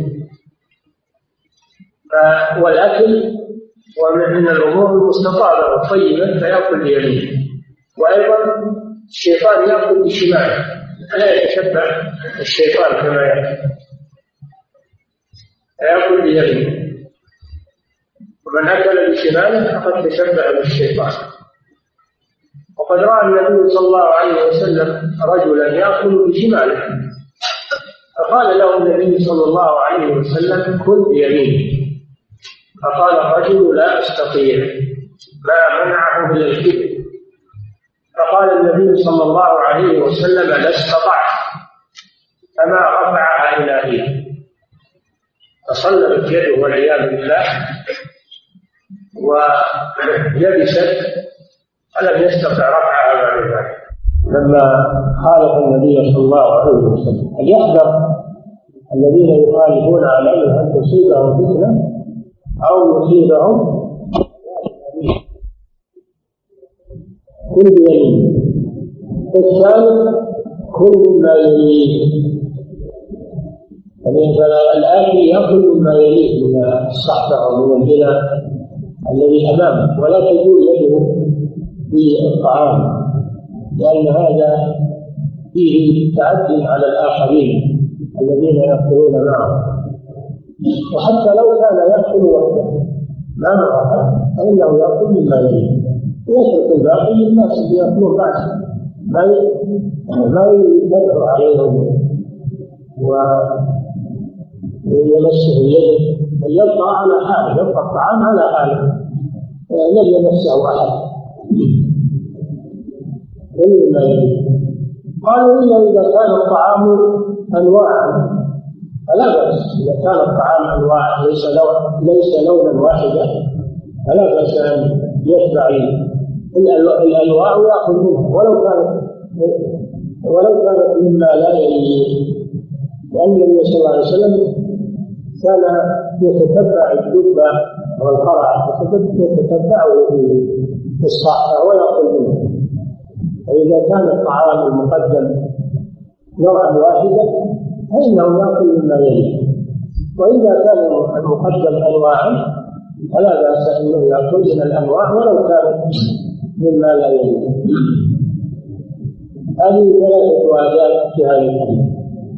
والأكل ومن الأمور المستطابة والطيبة فيأكل بيمينه، وأيضا الشيطان يأكل بشماله، لا يتشبع الشيطان كما يأكل، يأكل بيمينه، ومن أكل بشماله فقد تشبع بالشيطان. وقد رأى النبي صلى الله عليه وسلم رجلا يأكل بشماله، فقال له النبي صلى الله عليه وسلم: كل بيمينه. فقال الرجل: لا أستطيع، ما منعه من الكبر. فقال النبي صلى الله عليه وسلم: لا استطعت، فما رفعها إلى يده، فصلبت يده والعياذ بالله ويبست، فلم يستطع رفعها بعد ذلك. لما خالف النبي صلى الله عليه وسلم أن يحذر الذين يخالفون عن امره ان تصيبهم فتنه او يصيبهم كل بيمين. الثالث كل ما يليه، الآكل يأكل مما يليه من الصحفة أو من الغنى الذي أمامه، ولا تزول يده بالطعام، لأن هذا فيه تعدي على الآخرين الذين يأكلون معه. وحتى لو كان يأكل وحده ما معه فإنه يأكل مما يليه، ويترك الباقي للناس اللي يأكلون معه، ما ما يدعو عليهم ويمسه يده، بل يبقى على حاله، يبقى الطعام على حاله، لن يمسه أحد. قالوا إلا إذا كان الطعام أنواعا فلا بأس، إذا كان الطعام أنواعا ليس لون ليس لونا واحدا فلا بأس أن يتبع الأنواع ويأخذ منها، ولو كانت ولو كانت مما لا يليه، لأن النبي صلى الله عليه وسلم كان يتتبع الدب والقرع، يتتبعه في الصحفة ويأخذ منه. فإذا كان الطعام المقدم نوعا واحدا فإنه يأكل مما يليه، وإذا كان المقدم أنواعا فلا بأس أنه يأكل من الأنواع ولو كان مما لا يليق. هذه ثلاثة آداب في هذا الحديث.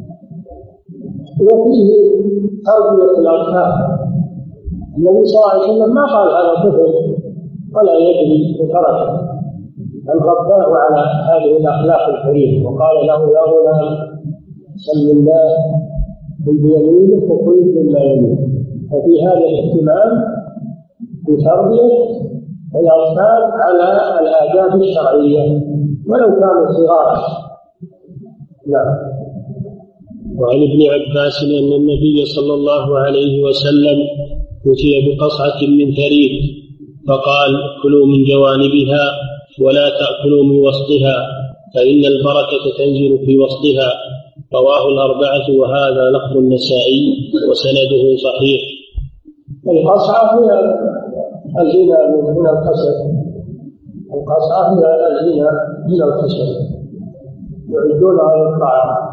وفيه تربية الأطفال. النبي صلى الله عليه وسلم ما قال هذا طفل ولا يدري بتركه، بل رباه على هذه الأخلاق الكريمة وقال له يا غلام سم الله بيمينك وكل مما يليك. ففي هذا الاهتمام بتربية الأطفال على الآداب الشرعية ولو كانوا صغارا. نعم. وعن ابن عباس أن النبي صلى الله عليه وسلم أتي بقصعة من ثريد فقال كلوا من جوانبها ولا تأكلوا من وسطها فإن البركة تنزل في وسطها. رواه الأربعة وهذا لفظ النسائي وسنده صحيح. القصعة هي الزنا من الخشب. القصعة هي الزنا من الخشب يعدونها للطعام.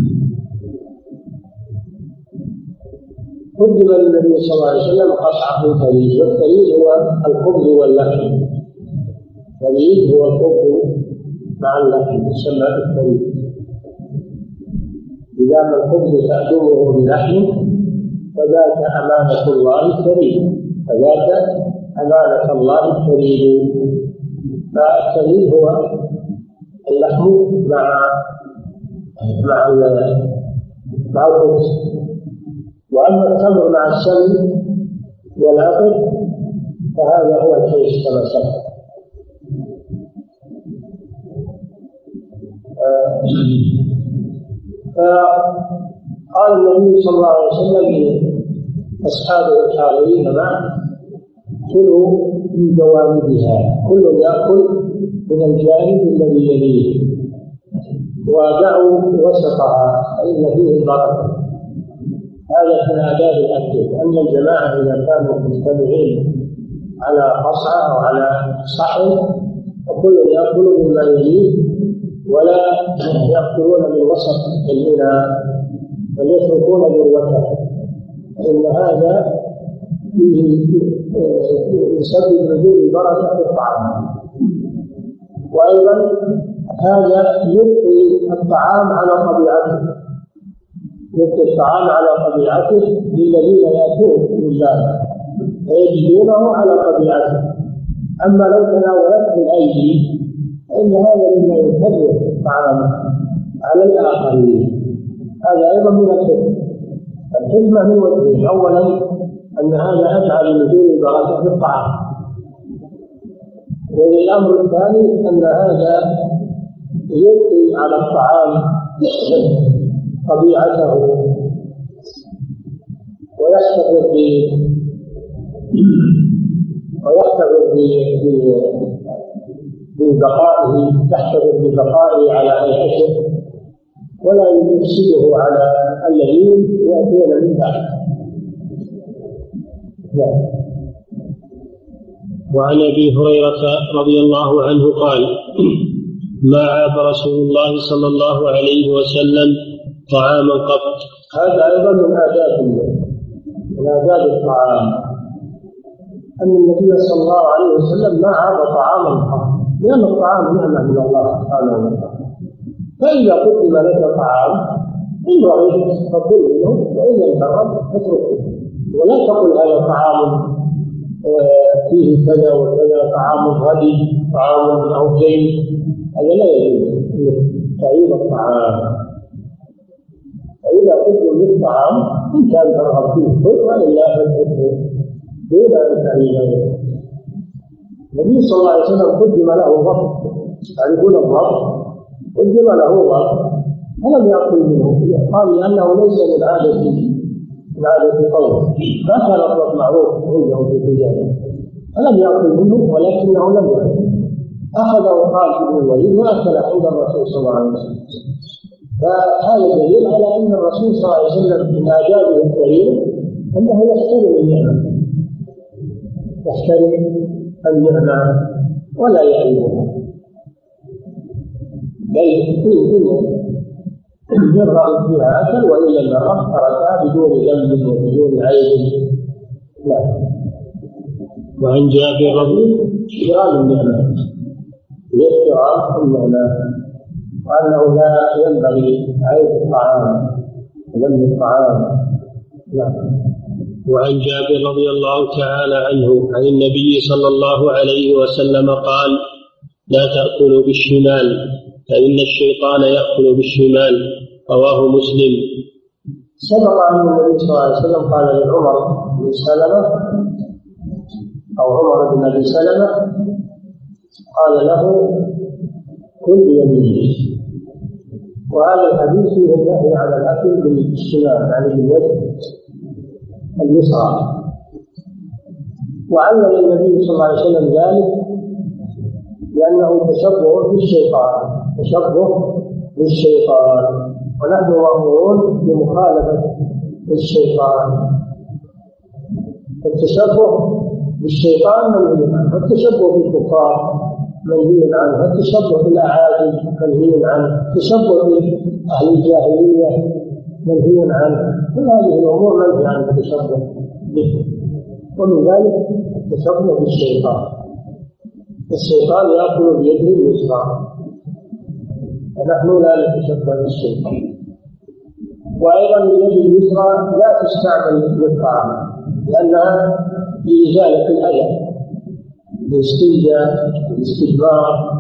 قدم النبي صلى الله عليه وسلم قصعة من ثريد، والثريد هو الخبز واللحم. الثريد هو الخبز مع اللحم يسمى الثريد. إذا ما الخبز تأكله بلحم فذاك أمانة الله الكريم، فذاك أمانة الله الكريم. فالثريد هو اللحم مع مع مع الخبز. وأما التمر مع السمن والعقد فهذا هو الحيش كما سبق. فقال النبي صلى الله عليه وسلم لأصحابه الحاضرين معه كلوا من جوانبها، كل يأكل من الجانب الذي يليه ودعوا وسطها فإن فيه البركة. هذا من آداب الأكل، أن الجماعة إذا كانوا مجتمعين على قصعة أو على صحن فكل يأكل مما يليه ولا يأكلون من وسط الإناء بل يتركون ذروته، فإن هذا يسبب نزول البركة في الطعام. وأيضا هذا يبقي الطعام على طبيعته، يبقي الطعام على طبيعته للذين يأتون من ذلك فيجدونه على طبيعته. أما لو تناولته الأيدي فإن هذا مما يكثر الطعام على الآخرين. هذا أيضا من الحكمة. الحكمة من وجهين: أولا أن هذا أجعل نزول البركة في الطعام، والأمر الثاني أن هذا يبقي على الطعام طبيعته ويحتفظ ويحتفظ ببقائه يحتفظ ببقائه على هيئته ولا يفسده على الذين يأتون من بعده. وعن أبي هريرة رضي الله عنه قال: ما عاب رسول الله صلى الله عليه وسلم طعاما قط. هذا أيضا من آداب من آداب الطعام، أن النبي صلى الله عليه وسلم ما عاب طعاما قط، لأن الطعام نعمة من الله سبحانه وتعالى. فإذا قدم لك طعام إن رغبت فكل منه وإن لم ترغب فاتركه، ولا تقل هذا طعام فيه كذا وكذا، طعام غني، طعام أو جيد، هذا لا يجوز تعيب الطعام. فإذا قدم للطعام إن كان ترغب فيه كل وإلا فاتركه دون أن تعيبه. النبي صلى الله عليه وسلم قدم له ضرب، تعرفون الضرب؟ قدم له ضرب فلم يأكل منه، قال لأنه ليس من عادة من عادة قوم، ما كان الضرب معروف عندهم في التجارة، فلم يأكل منه ولكنه لم يأكل، أخذه خالد بن الوليد وأكل عند الرسول صلى الله عليه وسلم. فهذا دليل على أن الرسول صلى الله عليه وسلم من آدابه الكريمة أنه يحترم النعمة، يحترم النعمة ولا يعيبها، بل فيه جرأ فيها أكل وإلا المرأة تركها بدون ذنب وبدون عيب. لا. وعن جابر رضي احترام النعمة، احترام النعمة، وأنه لا ينبغي عيب الطعام ذنب الطعام. لا. وعن جابر رضي الله تعالى عنه عن النبي صلى الله عليه وسلم قال: لا تأكلوا بالشمال فإن الشيطان يأكل بالشمال. رواه مسلم. سبق أن النبي صلى الله عليه وسلم قال لعمر بن سلمة أو عمر بن أبي سلمة قال له: كل بيمينك. وهذا الحديث فيه النهي على الأكل بالشمال يعني باليد اليسرى. وعلم النبي صلى الله عليه وسلم ذلك لأنه تشبه بالشيطان، تشبه بالشيطان، ونحن مأمورون بمخالفة الشيطان. التشبه بالشيطان منهي عنه، والتشبه بالكفار منهي عنه، والتشبه بالأعاجم منهي عنه، التشبه بأهل الجاهلية منهي عنه. كل هذه الأمور منهي عن التشبه به، ومن ذلك التشبه بالشيطان. الشيطان يأكل بيده اليسرى ونحن لا نتشبه بالشيطان. وأيضا اليد اليسرى لا تستعمل للطعام لأنها لإزالة الأذى، للاستنجاء، للاستجمار،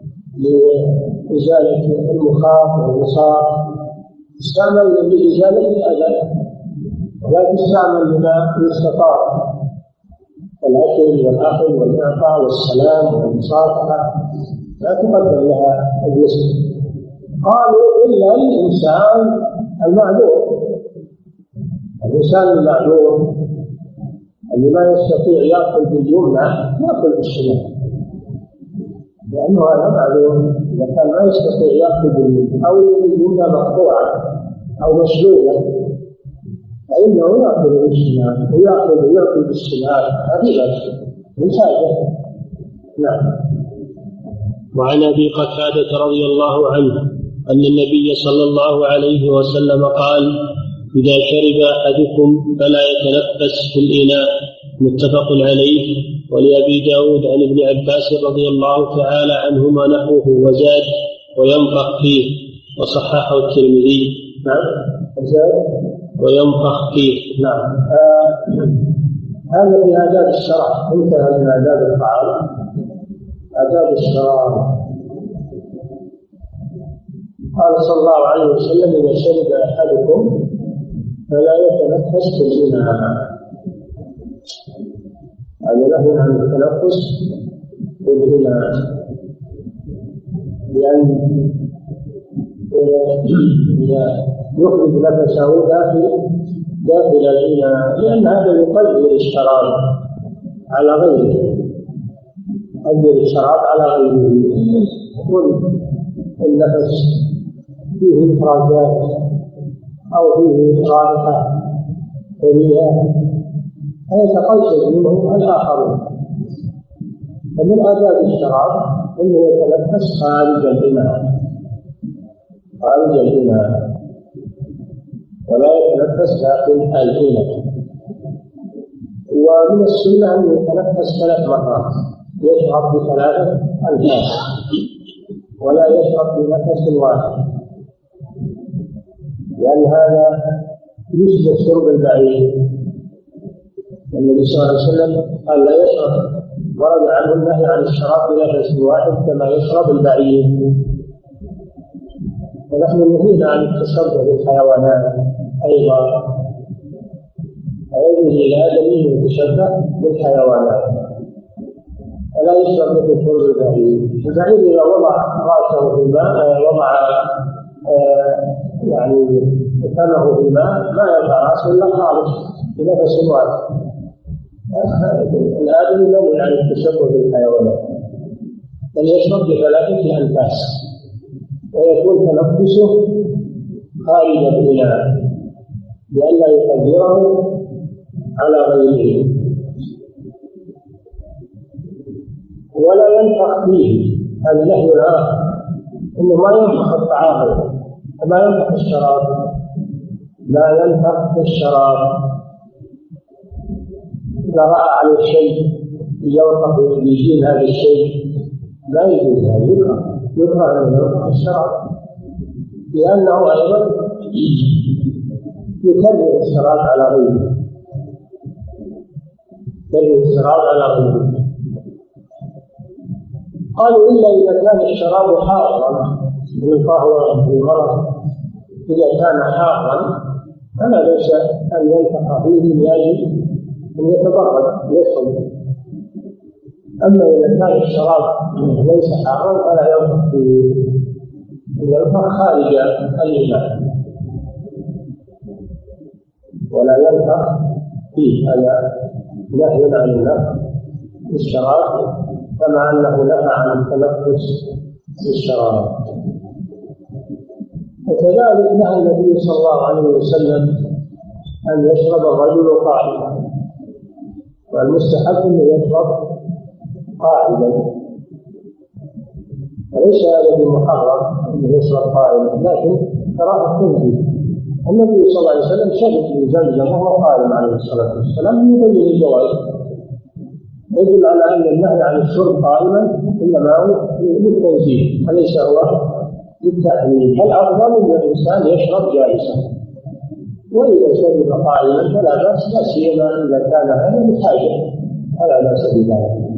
لإزالة المخاط والوساخ، تستعمل لإزالة الأذى ولا تستعمل لما يستطاع الأكل والأخذ والإعطاء والسلام والمصافحة، لا تقدر لها الجسم. قالوا إلا الإنسان المعذور، الإنسان المعذور اللي ما يستطيع يأكل باليمنى يأكل بالشمال، لأنه هذا معذور. إذا كان ما يستطيع يأكل باليمنى أو اليمنى مقطوعة أو مشلولة فإنه يأكل بالشمال ويأكل ويأكل بالشمال، هذه مثال. نعم. وعن أبي قتادة رضي الله عنه أن النبي صلى الله عليه وسلم قال: إذا شرب أحدكم فلا يتنفس في الإناء. متفق عليه. ولأبي داود عن ابن عباس رضي الله تعالى عنهما نحوه وزاد: وينفخ فيه. وصححه الترمذي. نعم. وزاد: وينفخ فيه. نعم. آه. هذا في آداب الشرع، انتهى من آداب الطعام. آداب الشرع قال صلى الله عليه وسلم: إذا شرب أحدكم فلا يتنفس في الإناء. هذا نهي عن التنفس في الإناء، لأن يخرج نفسه داخل داخل الإناء، لأن هذا يقدر الشراب على غيره، يقدر الشراب على غيره. يكون النفس فيه إفرازات أو فيه رائحة كريهة فيتقلص منه الآخرون. فمن آداب الشراب أنه يتنفس خارج الإناء، خارج الإناء، ولا يتنفس داخل الإناء. ومن السنة أن يتنفس ثلاث مرات، يشرب بثلاثة أنفاس ولا يشرب بنفس واحد، لأن هذا يشبه شرب البعير. النبي صلى الله عليه وسلم قال: لا يشرب، ورد عنه النهي عن الشراب بنفس واحد كما يشرب البعير. ونحن نهينا عن التشبه بالحيوانات أيضا، فيجوز لآدمي أن يتشبه بالحيوانات فلا يشرب مثل شرب البعير. البعير إذا وضع رأسه في الماء، وضع آه يعني فمه في الماء، ما يبقى رأسه إلا خالص بنفس واحد. الآدمي منهي عن التشبه بالحيوانات، بل يشرب بثلاثة أنفاس ويكون تنفسه خارج الإناء لئلا يقدره على غيره. ولا ينفخ فيه، هذا نهي آخر، إنه ما ينفخ الطعام ما ينفق الشراب، لا ينفق الشراب. إذا رأى على الشيء يوقف ويزيل هذا الشيء لا يجوز، يكره يكره أن ينفق الشراب، لأنه أيضا يكره الشراب على غيره، يكره الشراب على غيره. قالوا إلا إذا كان الشراب حارا فهو بالمرض، إذا كان حارا فلا بأس أن ينفق فيه لأجل أن يتبرد يشرب. أما إذا كان الشراب ليس حارا فلا ينفق فيه، ينفق خارج الإناء ولا ينفق فيه. هذا نهي عن النفق في الشراب، كما أنه نهى عن التنفس في الشراب. وكذلك نهى النبي صلى الله عليه وسلم أن يشرب الرجل قائما، والمستحب أن يشرب قائما، وليس هذا بمحرم أن يشرب قائما، لكن كراهة تنزل. النبي صلى الله عليه وسلم شرب من زمزم وهو قائم عليه الصلاة والسلام يبين الجواز، يدل على أن النهي عن الشرب قائما إنما هو للتنزيه وليس هو للتحريم. الأفضل أن الإنسان يشرب جالسا، وإذا شرب قائما فلا بأس، لا سيما إذا كان هذا بحاجة فلا بأس بذلك.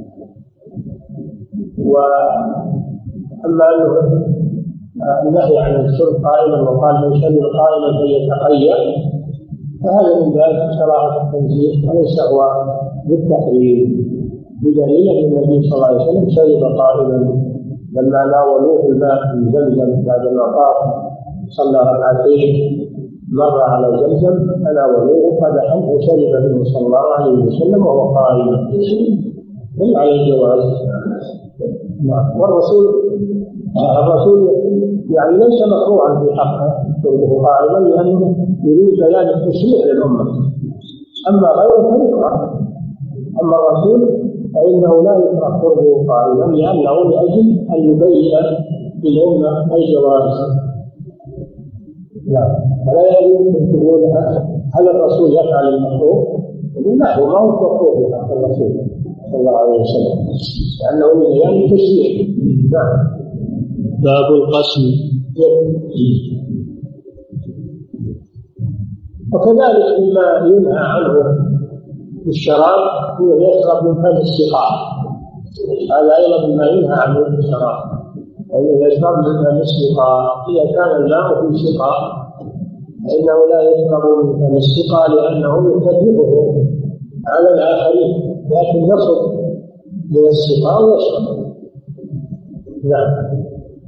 وأما أنه النهي عن الشرب قائما وقال من شرب قائما فليتقيأ، فهذا من ذلك كراهة التنزيه وليس هو بالتحريم، بدليل أن النبي صلى الله عليه وسلم شرب قائما لما ناولوه الماء من زمزم بعدما طاف صلى ركعتين مر على زمزم فناولوه قدحا وشرب منه صلى الله عليه وسلم وهو قائم، دل على الجواز. والرسول الرسول يعني ليس مكروها في حقه شربه قائما، لأنه يريد بيان التشريع للأمة. أما غيره فيكره، أما الرسول فإنه لا يكره شربه قائما لأنه لأجل أن يبين للأمة الجواز. لا، فلا يجب أن تقول هل الرسول يفعل المكروه؟ لا، هو ما هو مكروه في حق الرسول صلى الله عليه وسلم، لأنه لبيان التشريع. نعم. باب القسم. وكذلك مما ينهى عنه في الشراب هو يشرب من فم السقاء، هذا أيضا مما ينهى عنه في الشراب، أنه يشرب من فم السقاء. إذا كان الماء في سقاء فإنه لا يشرب من فم السقاء لأنه يكذبه على الآخرين، لكن يصب من السقاء ويشرب. نعم.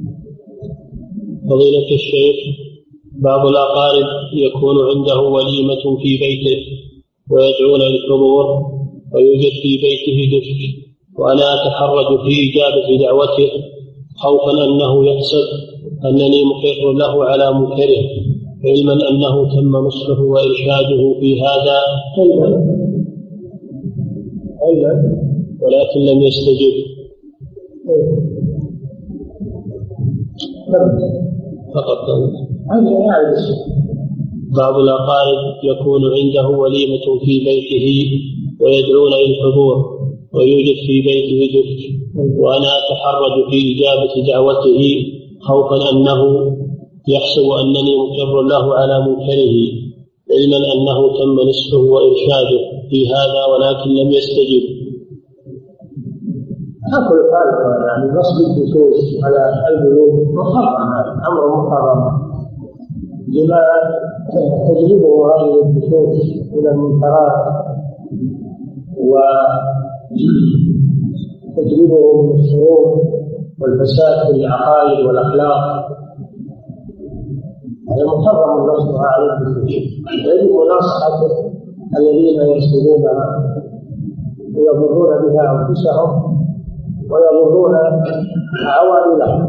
فضيلة الشيخ، بعض الأقارب يكون عنده وليمة في بيته ويدعون للحضور ويوجد في بيته دفء، وأنا أتحرج في إجابة دعوته خوفا أنه يحسب أنني مقر له على منكره، علما أنه تم نصحه وإرشاده في هذا أيضا ولكن لم يستجب. فقط بعض الأقارب يكون عنده وليمة في بيته ويدعون للحضور ويوجد في بيته دفء، وأنا أتحرج في إجابة دعوته خوفا أنه يحسب أنني مقر له على منكره، علما أنه تم نصحه وإرشاده في هذا ولكن لم يستجب. أقول قال يعني نصب الدسوس على البيوت محرم، أمر محرم لما تجلبه هذه الدسوس إلى المنكرات وتجلبه من الشرور والفساد في العقائد والأخلاق، هذا محرم نصبها على الدسوس. يجب مناصحة الذين يرسلونها ويضرون بها أنفسهم ويضرون عوائلهم.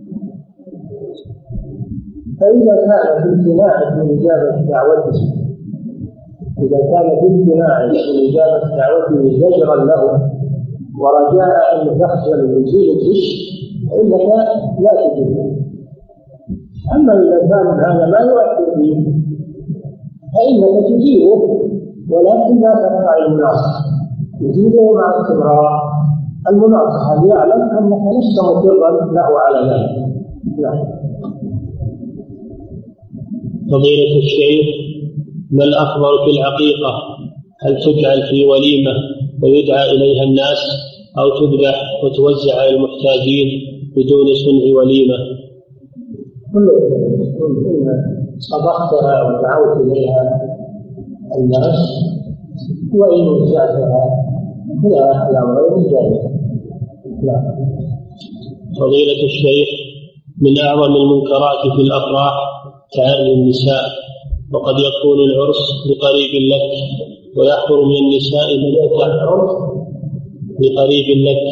فإذا كان في امتناع من إجابة دعوته إذا كان في امتناع من إجابة دعوته زجرا له ورجاء أن يخجل ويزيل الغش فإنك لا تجيبه، أما إذا كان هذا لا يؤثر فيه فإنك تجيبه، ولكن لا تقطع المناصحة، تجيبه مع استمرار المناصحة ليعلم أنك لست مقرا له على ذلك. نعم. فضيلة الشيخ، ما الأفضل في العقيقة؟ هل تجعل في وليمة ويدعى إليها الناس، أو تذبح وتوزع على المحتاجين بدون صنع وليمة؟ كل صدقتها ودعوت إليها الناس وإن وزعتها فلا على غير ذلك. فضيلة الشيخ، من أعظم المنكرات في الأفراح تعري النساء، وقد يكون العرس بقريب لك، ويحضر من النساء من تتعرف بقريب لك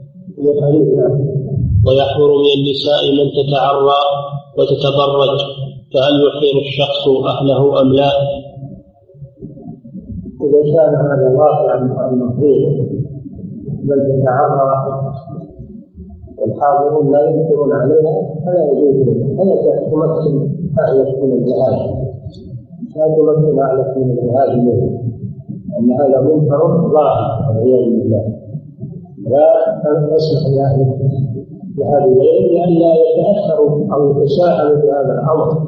ويحضر من النساء من تتعرى وتتبرج، فهل يحضر الشخص أهله أم لا؟ إذا كان هذا واقعا المفروض بل تتعرى والحاضرون لا ينكرون عليها فلا يجوز له، فلا تمكن أهلك من الجهاد، لا تمكن أهلك من الجهاد منه، أن هذا منكر ظاهر والعياذ بالله. لا تسمح لأهلك بهذه الليل لئلا يتأثروا أو يتساءلوا بهذا الأمر.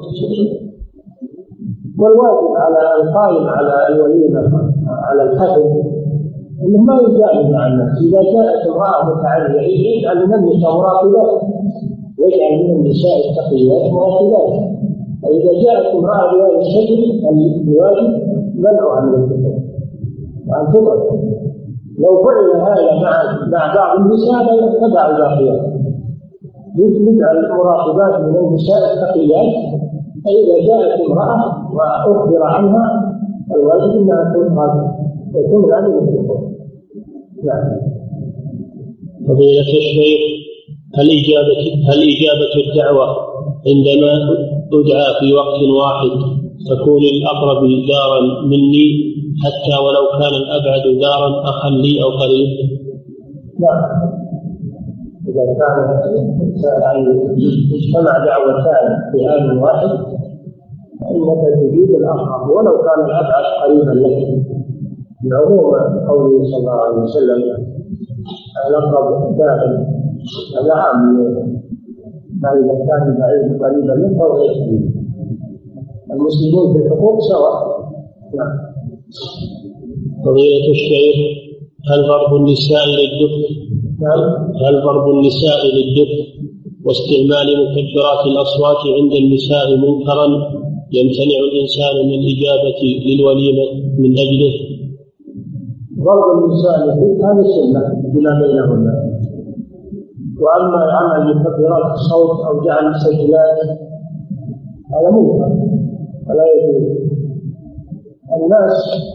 والواجب على القائم على الوليمة على الحفل أنه ما يجامل مع الناس. إذا جاءت امرأة متعرية يجعل من النساء مراقبات، يجعل من النساء التقيات مراقبات. فإذا جاءت امرأة بهذا الشكل الواجب منعها من الدخول وأن تضرب. لو فعل هذا مع مع بعض النساء لا يتبع الباقيات، يجعل المراقبات من النساء التقيات. فإذا جاءت امرأة وأخبر عنها الواجب أنها تنقذ وتمنع من الدخول. نعم. فضيلة الشيخ، هل إجابة هل إجابة الدعوة عندما أدعى في وقت واحد تكون الأقرب دارا مني حتى ولو كان الأبعد دارا أخا لي أو قريب؟ نعم. إذا كان اجتمع دعوتان في آن واحد فإنك تجيب الأقرب ولو كان الأبعد قريبا لك، لعموم قوله صلى الله عليه وسلم الأقرب داعٍ. هذا عام، فإذا كان بعيد قريبا منه فهو غير قريب. المسلمون في الحقوق سواء. نعم. فضيلة الشيخ، هل ضرب النساء للدف نعم. هل ضرب النساء للدف واستعمال مكبرات الأصوات عند النساء منكرا يمتنع الإنسان من الإجابة للوليمة من أجله؟ ضرب النساء للدف هذا سنة بما بينهن، وأما عمل مكبرات الصوت أو جعل سجلات هذا منكر فلا يجوز. الناس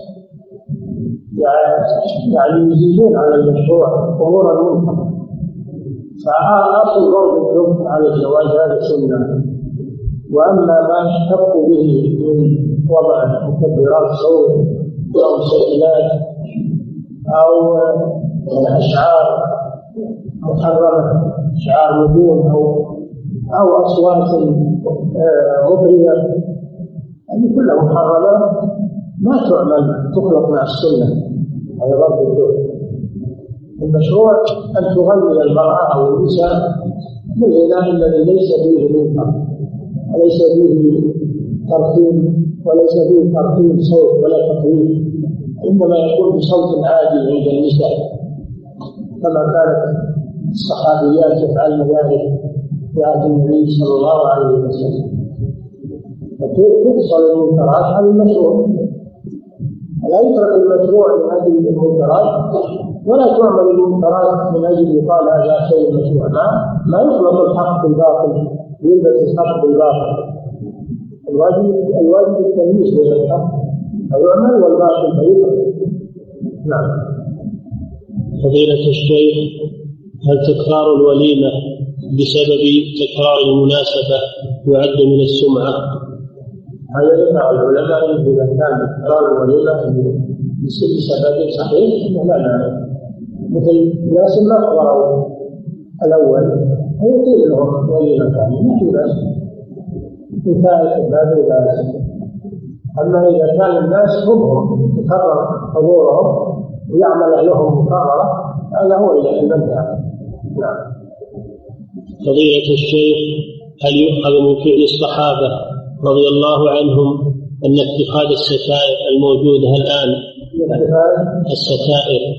يعني يزيدون على المشروع أمور المنكر، فأصل ضرب الدف على الجواز هذا سنة. وأما ما يشتق به من وضع مكبرات صوت أو سجلات أو أشعار محرمة، أشعار نجوم أو أو أصوات مبرمة، هذه كلها محرمة ما تعمل تخلق مع السنة. هذا ضرب الدف. المشروع أن تغني المرأة أو النساء بالغناء الذي ليس فيه منكر وليس فيه ترتيب وليس فيه ترتيب صوت ولا تقويم، إنما يكون بصوت عادي عند النساء كما كانت الصحابيات يفعلن ذلك في عهد النبي صلى الله عليه وسلم. فتفصل المنكرات عن المشروع، لا يترك المشروع من أجل المنكرات ولا تعمل المنكرات من أجل يقال هذا شيء مشروع. ما يطلق الحق بالباطل يلبس الحق بالباطل. الواجب الواجب التمييز بين الحق فيعمل والباطل فيترك. نعم. فضيلة الشيخ، هل تكرار الوليمة بسبب تكرار المناسبة يعد من السمعة؟ هذا يقع العلماء إذا كان تكرار الوليمة بسبب صحيح لا نعلم، مثل ناس ما حضروا الأول يطيل لهم وليمة ثانية ما في بأس، كفاية ما في بأس. أما إذا كان الناس هم يكرر حضورهم ويعمل أهلهم مكررة هذا هو الذي يمنع. نعم. فضيلة الشيخ، هل يؤخذ من فعل الصحابة رضي الله عنهم أن اتخاذ الستائر الموجودة الآن الستائر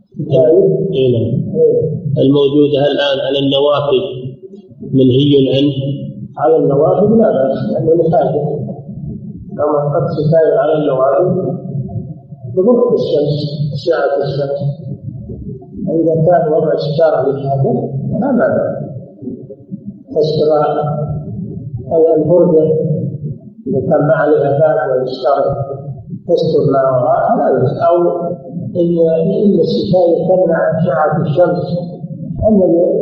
الموجودة الآن على النوافذ منهي عنه؟ على النوافذ لا بأس، لأنه لحاجة. لما قد ستائر على النوافذ بضغط الشمس أشعة الشمس، إذا كان وضع ستارة للحاجة لا مانع. تستر البردة إذا كان ما عليها باب والستارة تستر ما وراءها لا بأس. أو إن الستائر تمنع أشعة الشمس، أن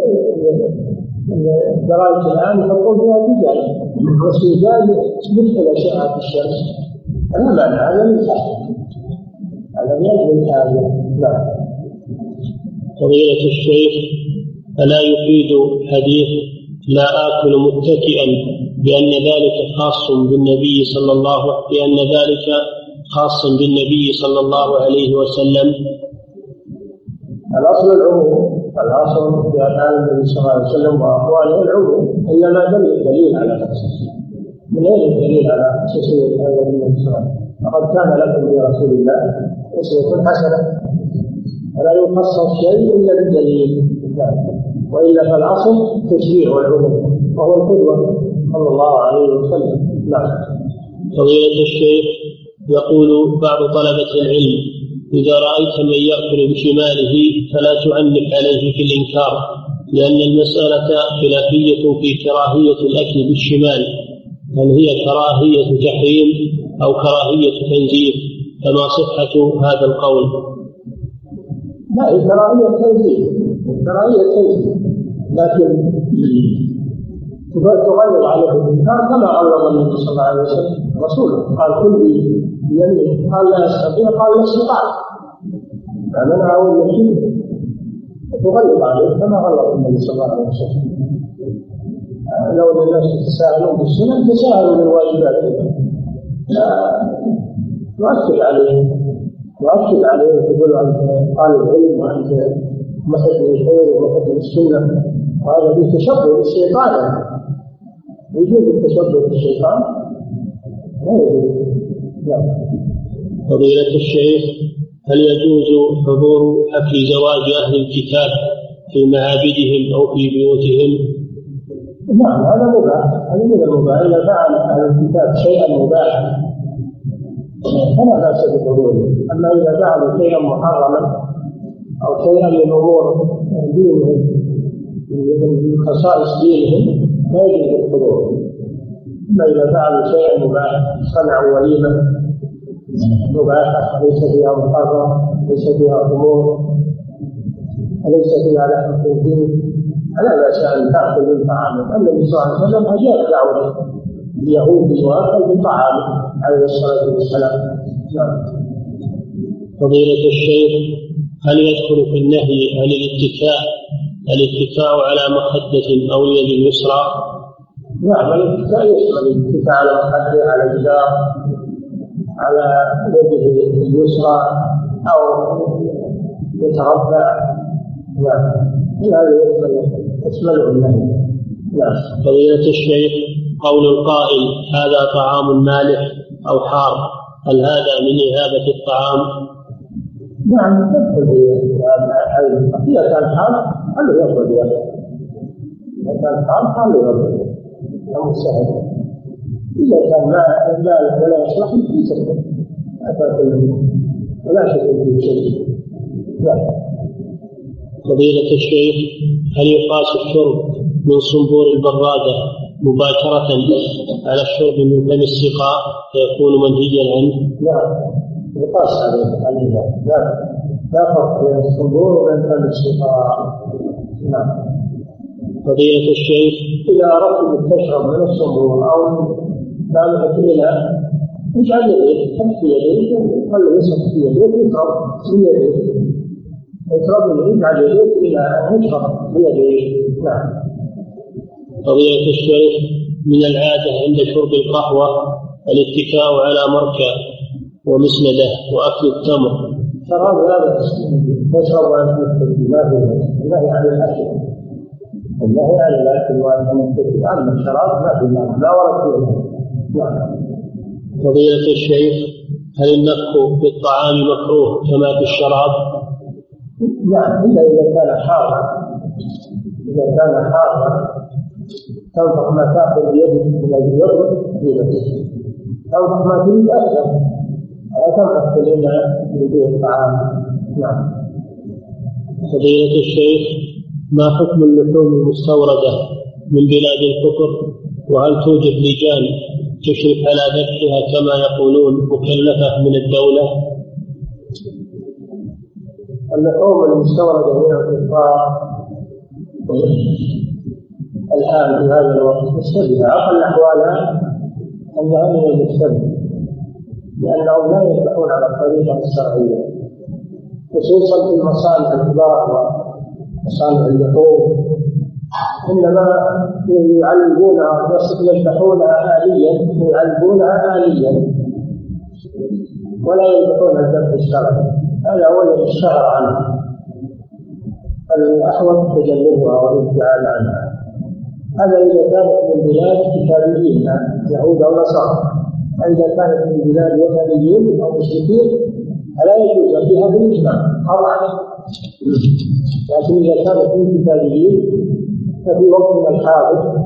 الدرجة الآن تقول فيها زجاج والزجاج مثل أشعة الشمس، لا مانع. هذا من الحاجة، هذا من الحاجة. لا. فضيلة الشيخ، ألا يفيد حديث لا آكل متكئا بأن ذلك خاص بالنبي صلى الله بأن ذلك خاص بالنبي صلى الله عليه وسلم؟ الأصل العموم، الأصل في أفعال النبي صلى الله عليه وسلم وأقواله العموم، إلا ما دل دليل على تخصيصه. من أين الدليل على خصوصية هذا النبي صلى الله عليه وسلم؟ لقد كان لكم في رسول الله أسوة حسنة، ولا يخصص شيء إلا بدليل، وإلا فالأصل تشريع والعموم وهو القدوة صلى الله عليه وسلم. نعم. فضيلة الشيخ، يقول بعض طلبة العلم إذا رأيت من يأكل بشماله فلا تعنف عليه في الإنكار، لأن المسألة خلافية في كراهية الأكل بالشمال، هل هي كراهية تحريم أو كراهية تنزيه؟ فما صحة هذا القول؟ لا، كراهية تنزيه، كراهية تنزيه، لكن تغير عليه الإنكار كما أمر النبي صلى الله عليه وسلم رسوله، قال كل بيمين، قال لا يستطيع، قال لا استطاع، فمنعه النبي تغير عليه كما غلط النبي صلى الله عليه وسلم. لو الناس يتساهلون بالسنن تساهلوا بالواجبات. نؤكد عليه نؤكد عليه وتقول أنت طالب علم وأنت محب للخير ومحب للسنة، وهذا فيه تشبه بالشيطان. يجوز التشبه بالشيطان؟ لا يجوز. فضيلة الشيخ، هل يجوز حضور حفل زواج أهل الكتاب في معابدهم أو في بيوتهم؟ نعم، هذا مباح، هذا من المباح. إذا فعل أهل الكتاب شيئا مباحا فلا بأس بحضوره. أما إذا فعلوا شيئا محرما أو شيئا من أمور دينهم من خصائص دينهم لا يجوز الحضور. أما إذا فعلوا شيئا مباحا، صنعوا وليمة مباحة ليس فيها محرم، ليس فيها أمور، ليس فيها لحم خنزير، فلا بأس أن تأكل من طعامه. النبي صلى الله عليه وسلم أجاب دعوة اليهود وأكل من طعامه عليه الصلاة والسلام. فضيلة الشيخ، هل يدخل في النهي عن الاتكاء الاتكاء على مخدة أو اليد اليسرى؟ نعم، الاتكاء يشمل الاتكاء على مخدة، على جدار، على يده اليسرى، أو يتربع. نعم، هذا يشمله النهي. نعم. فضيلة الشيخ، قول القائل هذا طعام مالح أو حار، هل هذا من إهابة الطعام؟ نعم، تدخل في هذا. إذا كان حار خلوا يأكل بيده، إذا كان حار خلوا يأكل، أمر سهل. إذا كان ماء مالح ولا يصلح يسكت، لا تأكل ولا شك في شيء. نعم. فضيلة الشيخ، هل يقاس الشرب من صنبور البرادة مباشرة على الشرب من فم السقاء فيكون منهيا عنه؟ لا، يقاس عليه. لا لا فرق بين الصنبور وبين فم السقاء. نعم. فضيلة الشيخ، إذا أردت أن تشرب من الصنبور أو مالك إلى اجعل يديك، حط في يديك وخلي يصب في يديك ويشرب في يديك، يشرب من اجعل يديك إلى أن يشرب في يديك. نعم. فضيلة الشيخ، من العادة عند شرب القهوة الاتكاء على مركة ومسندة وأكل التمر. شراب هذا تشرب وأنت مستجيب ما في الله عن الأكل الله عن الأكل وأنت مستجيب أما الشراب ما في مانع لا ولا فيه. فضيلة الشيخ هل النفخ في الطعام مكروه كما في الشراب؟ نعم إلا إذا كان حارا إذا كان حارا تنفخ ما تأخذ بيدك من الجرد بيدك تنفخ ما تريد أكثر لا تنفخ كلنا بدون الطعام. نعم. فضيلة الشيخ ما حكم اللحوم المستوردة من بلاد الكفر وهل توجد لجان تشرف على ذبحها كما يقولون مكلفة من الدولة؟ اللحوم المستوردة من الكفار الآن في هذا الوقت مشتبهة أقل أحوالها أنها من المشتبه لأنهم لا يذبحون على الطريقة الشرعية خصوصا في المصانع الكبار ومصانع اللحوم إنما يعلبونها يذبحونها آليا يعلبونها آليا ولا يذبحون الذبح الشرعي. هذا هو الذي اشتهر عنه الأحوط تجنبها والابتعاد عنها. هذا إذا كانت من بلاد كتابيين يهود أو نصارى. إذا كانت من بلاد وثنيين أو مشركين فلا يجوز فيها بالإجماع طبعا. لكن إذا كانت من كتابيين ففي وقتنا الحاضر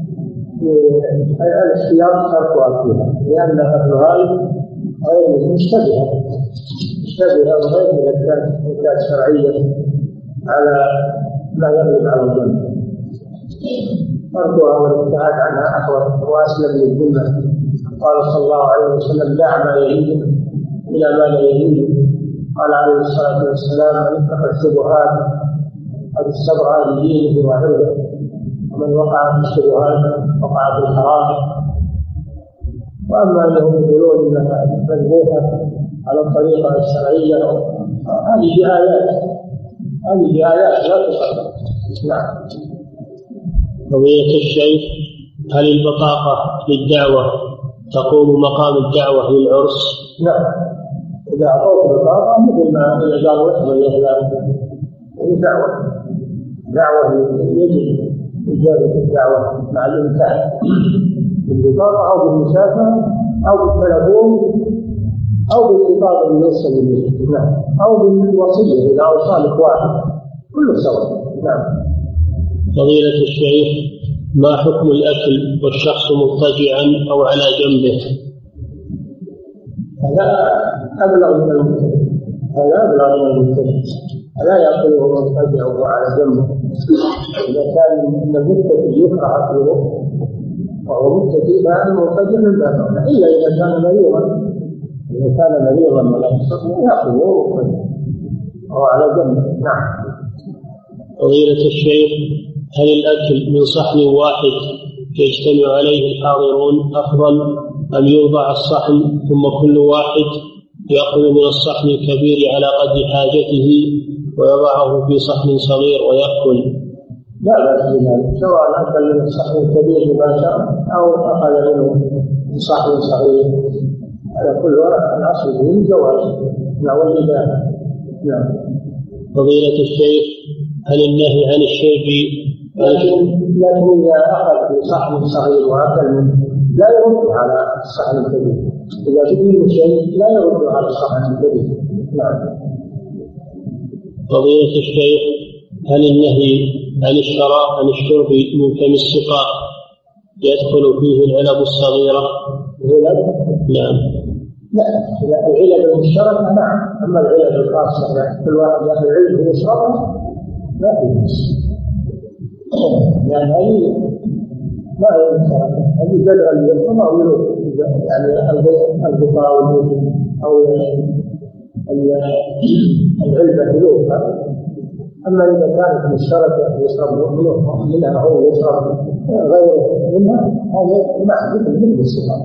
الاختيار تركها فيها لأن أهلها غير مشتبهة مشتبهة وغير مذكرات شرعية على ما يغلب على الظن. تركها والابتعاد عنها أحوط وأسلم للذمة. قال صلى الله عليه وسلم دع ما يليك إلى ما لا يليك. قال عليه الصلاة والسلام من اتقى الشبهات قد استبرأ لدينه وعرضه ومن وقع في الشبهات وقع في الحرام. وأما أنهم يقولون أنها مذبوحة على الطريقة الشرعية هذه بآيات هذه بآيات لا تصدق. نعم. فضيلة الشيخ هل البطاقة للدعوة تقوم مقام الدعوة للعرس؟ نعم. إذا أعطوك بطاقة مثل ما إذا قالوا احضر الإعلام هي دعوة دعوة يجب إجابة الدعوة مع الإمكان بالبطاقة أو بالمسافة أو بالتلفون أو بالخطاب اللي يوصل إليه. نعم. أو بالوصية إذا أوصالك واحد كله سواء. نعم. فضيلة الشيخ ما حكم الأكل والشخص مضطجعا أو على جنبه؟ هذا أبلغ من المبتدع هذا أبلغ من المبتدع لا يأكله مضطجع وهو على جنبه. إذا كان من المبتدع يكره أكله وهو مبتدع فهذا مضطجع من باب إلا إذا كان مريضا إذا كان مريضا ولا يستطيع يأكله وهو على جنبه. نعم. فضيلة الشيخ هل الأكل من صحن واحد يجتمع عليه الحاضرون أفضل أم يوضع الصحن ثم كل واحد يأخذ من الصحن الكبير على قدر حاجته ويضعه في صحن صغير ويأكل؟ لا بأس بذلك سواء أكل من الصحن الكبير مباشرة أو أخذ منه من صحن صغير على كل ورق الأصل به الجواز. نعم. نعم. فضيلة الشيخ هل النهي عن الشرب لكن لكن إذا أخذ في صحن صغير وأكل منه لا يرد على الصحن الكبير. إذا تبين شيء لا يرد على الصحن الكبير. نعم. فضيلة الشيخ هل النهي عن الشراء عن الشرب من فم السقاء يدخل فيه العلب الصغيرة؟ العلب؟ نعم. لا العلب المشتركة نعم. أما العلب الخاصة يعني كل واحد يأخذ علب ويشربها ما في نفس. يعني هذه ما هي مشتركة هذه بدء اليوم أو منه يعني الغطاء والموت أو العلبة الأخرى. أما إذا كانت مشتركة يشرب منها أو يشرب غيره منها هذا نعم مثل السقاء.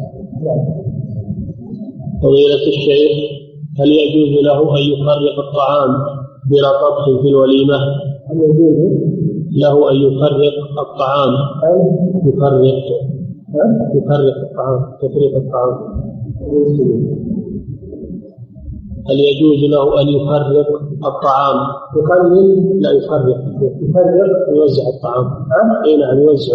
فضيلة الشيخ هل يجوز له أن يفرق الطعام بلا طبخ في الوليمة؟ هل يجوز له أن يفرق الطعام؟ أي يفرق يفرق الطعام، تفريق الطعام. هل يجوز له أن يفرق الطعام؟ يقلل؟ لا، يفرق. يفرق يوزع الطعام. أي نعم، يوزع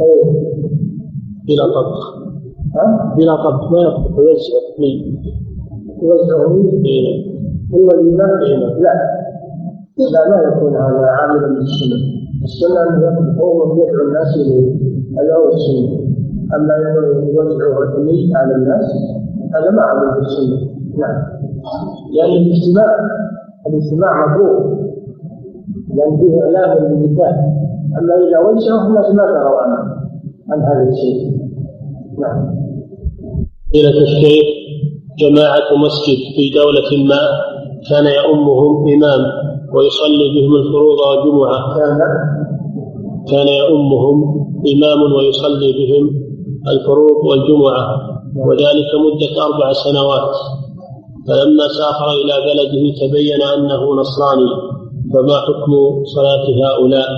بلا طبخ. بلا طبخ، ما يطبخ، يوزع. يوزعه هو الإمام؟ لا لا، ما يكون هذا عاملا للسنة. السنة أن يطبخه ويدعو الناس إليه، هذا هو السنة. أما أنه يوزعه الحلي على الناس هذا ما عمل بالسنة. نعم، لأن يعني الاجتماع الاجتماع مكروه، لأن فيه إعلام للنكاح. أما إذا وجهه الناس ما دروا عن عن هذا الشيء. نعم. إلى الشيخ، جماعة مسجد في دولة ما كان يؤمهم إمام ويصلي بهم الفروض والجمعة. كان كان يؤمهم إمام ويصلي بهم الفروض والجمعة، وذلك مدة أربع سنوات. فلما سافر إلى بلده تبين أنه نصراني، فما حكم صلاة هؤلاء؟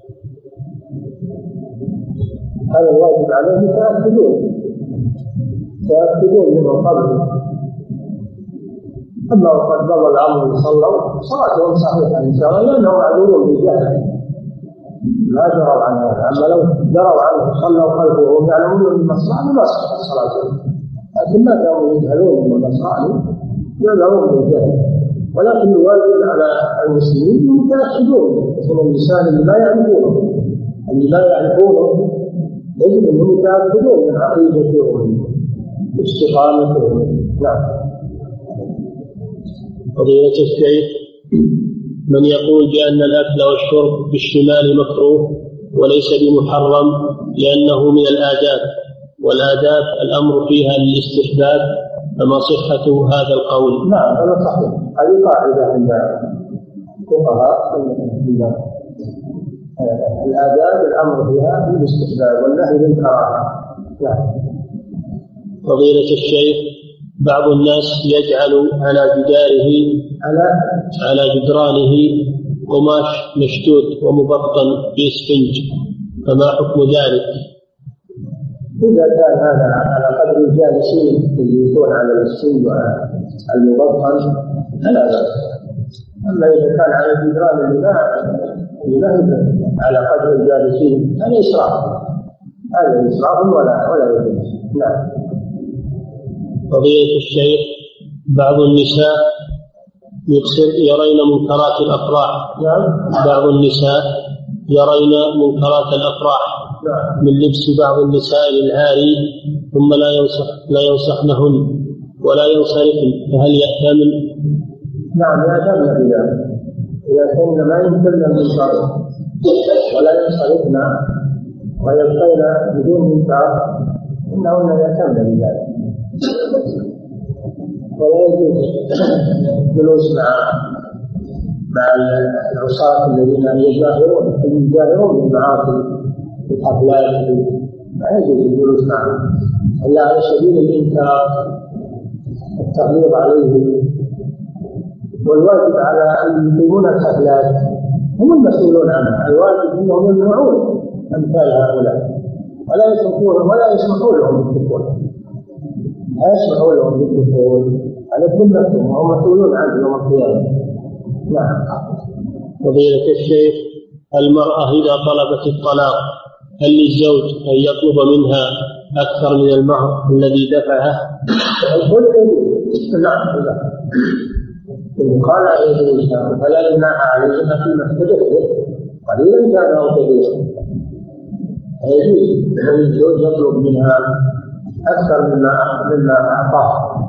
هذا الواجب عليهم فيأكدون فيأكدون منه قبل. أما وقد مضى الأمر صلوا صلاتهم صحيحة إن شاء الله، لأنهم معلومون بالجهل ما دروا عن هذا. أما لو دروا عنه صلوا خلفه وهم يعلمون أن النصراني ما صحت صلاتهم، لكن ما كانوا يجهلون أن النصراني يعلمون بالجهل. ولكن الواجب على المسلمين يتأكدون من اللسان اللي ما يعرفونه اللي لا يعرفونه يجب أنهم يتأكدون من عقيدتهم واستقامتهم. نعم. فضيلة الشيخ، من يقول بأن الأكل والشرب بالشمال مكروه وليس بمحرم لأنه من الآداب، والآداب الأمر فيها للاستحباب، فما صحة هذا القول؟ نعم، هذا صحيح. هذه قاعدة عند الفقهاء، الآداب الأمر فيها للاستحباب والنهي للكراهة. نعم. فضيلة الشيخ، بعض الناس يجعل على جداره على على جدرانه قماش مشدود ومبطن بإسفنج، فما حكم ذلك؟ إذا كان هذا على قدر الجالسين يجلسون على الإسفنج والمبطن فلا بأس. أما إذا كان على جدران الماء على قدر الجالسين هذا إسراف، هذا إسراف ولا ولا يجوز. نعم. فضيلة الشيخ، بعض النساء يكسر يرين منكرات الأفراح. نعم. بعض النساء يرين منكرات الأفراح. نعم. من لبس بعض النساء للعاري ثم لا ينصح لا ينصحنهن ولا ينصرفن، فهل يأتمن؟ نعم، يأتمن بذلك. إذا كنا ما يمكن المنكر ولا ينصرفن ويبقين بدون منكر إنهن يأتمن بذلك. ولا يجوز جلوس مع مع العصاة الذين يجاهرون يجاهرون بالمعاصي في الحفلات، ما يجوز الجلوس معهم إلا على سبيل الإنكار والتغليظ عليه. والواجب على أن يقيمون الحفلات هم المسؤولون عنها، الواجب أنهم يمنعون أمثال هؤلاء ولا يسمحون ولا يسمحون لهم بالدخول، لا يسمحوا لهم بالدخول على ذمتهم وهم مسؤولون عنه يوم القيامة. نعم. فضيلة الشيخ، المرأة إذا طلبت الطلاق هل للزوج أن يطلب منها أكثر من المهر الذي دفعه؟ نعم. إن قال عليه فلا جناح عليهما فيما افتدت به قليلا كان أو كثيرا. يجوز أن الزوج يطلب منها أكثر مما مما أعطاه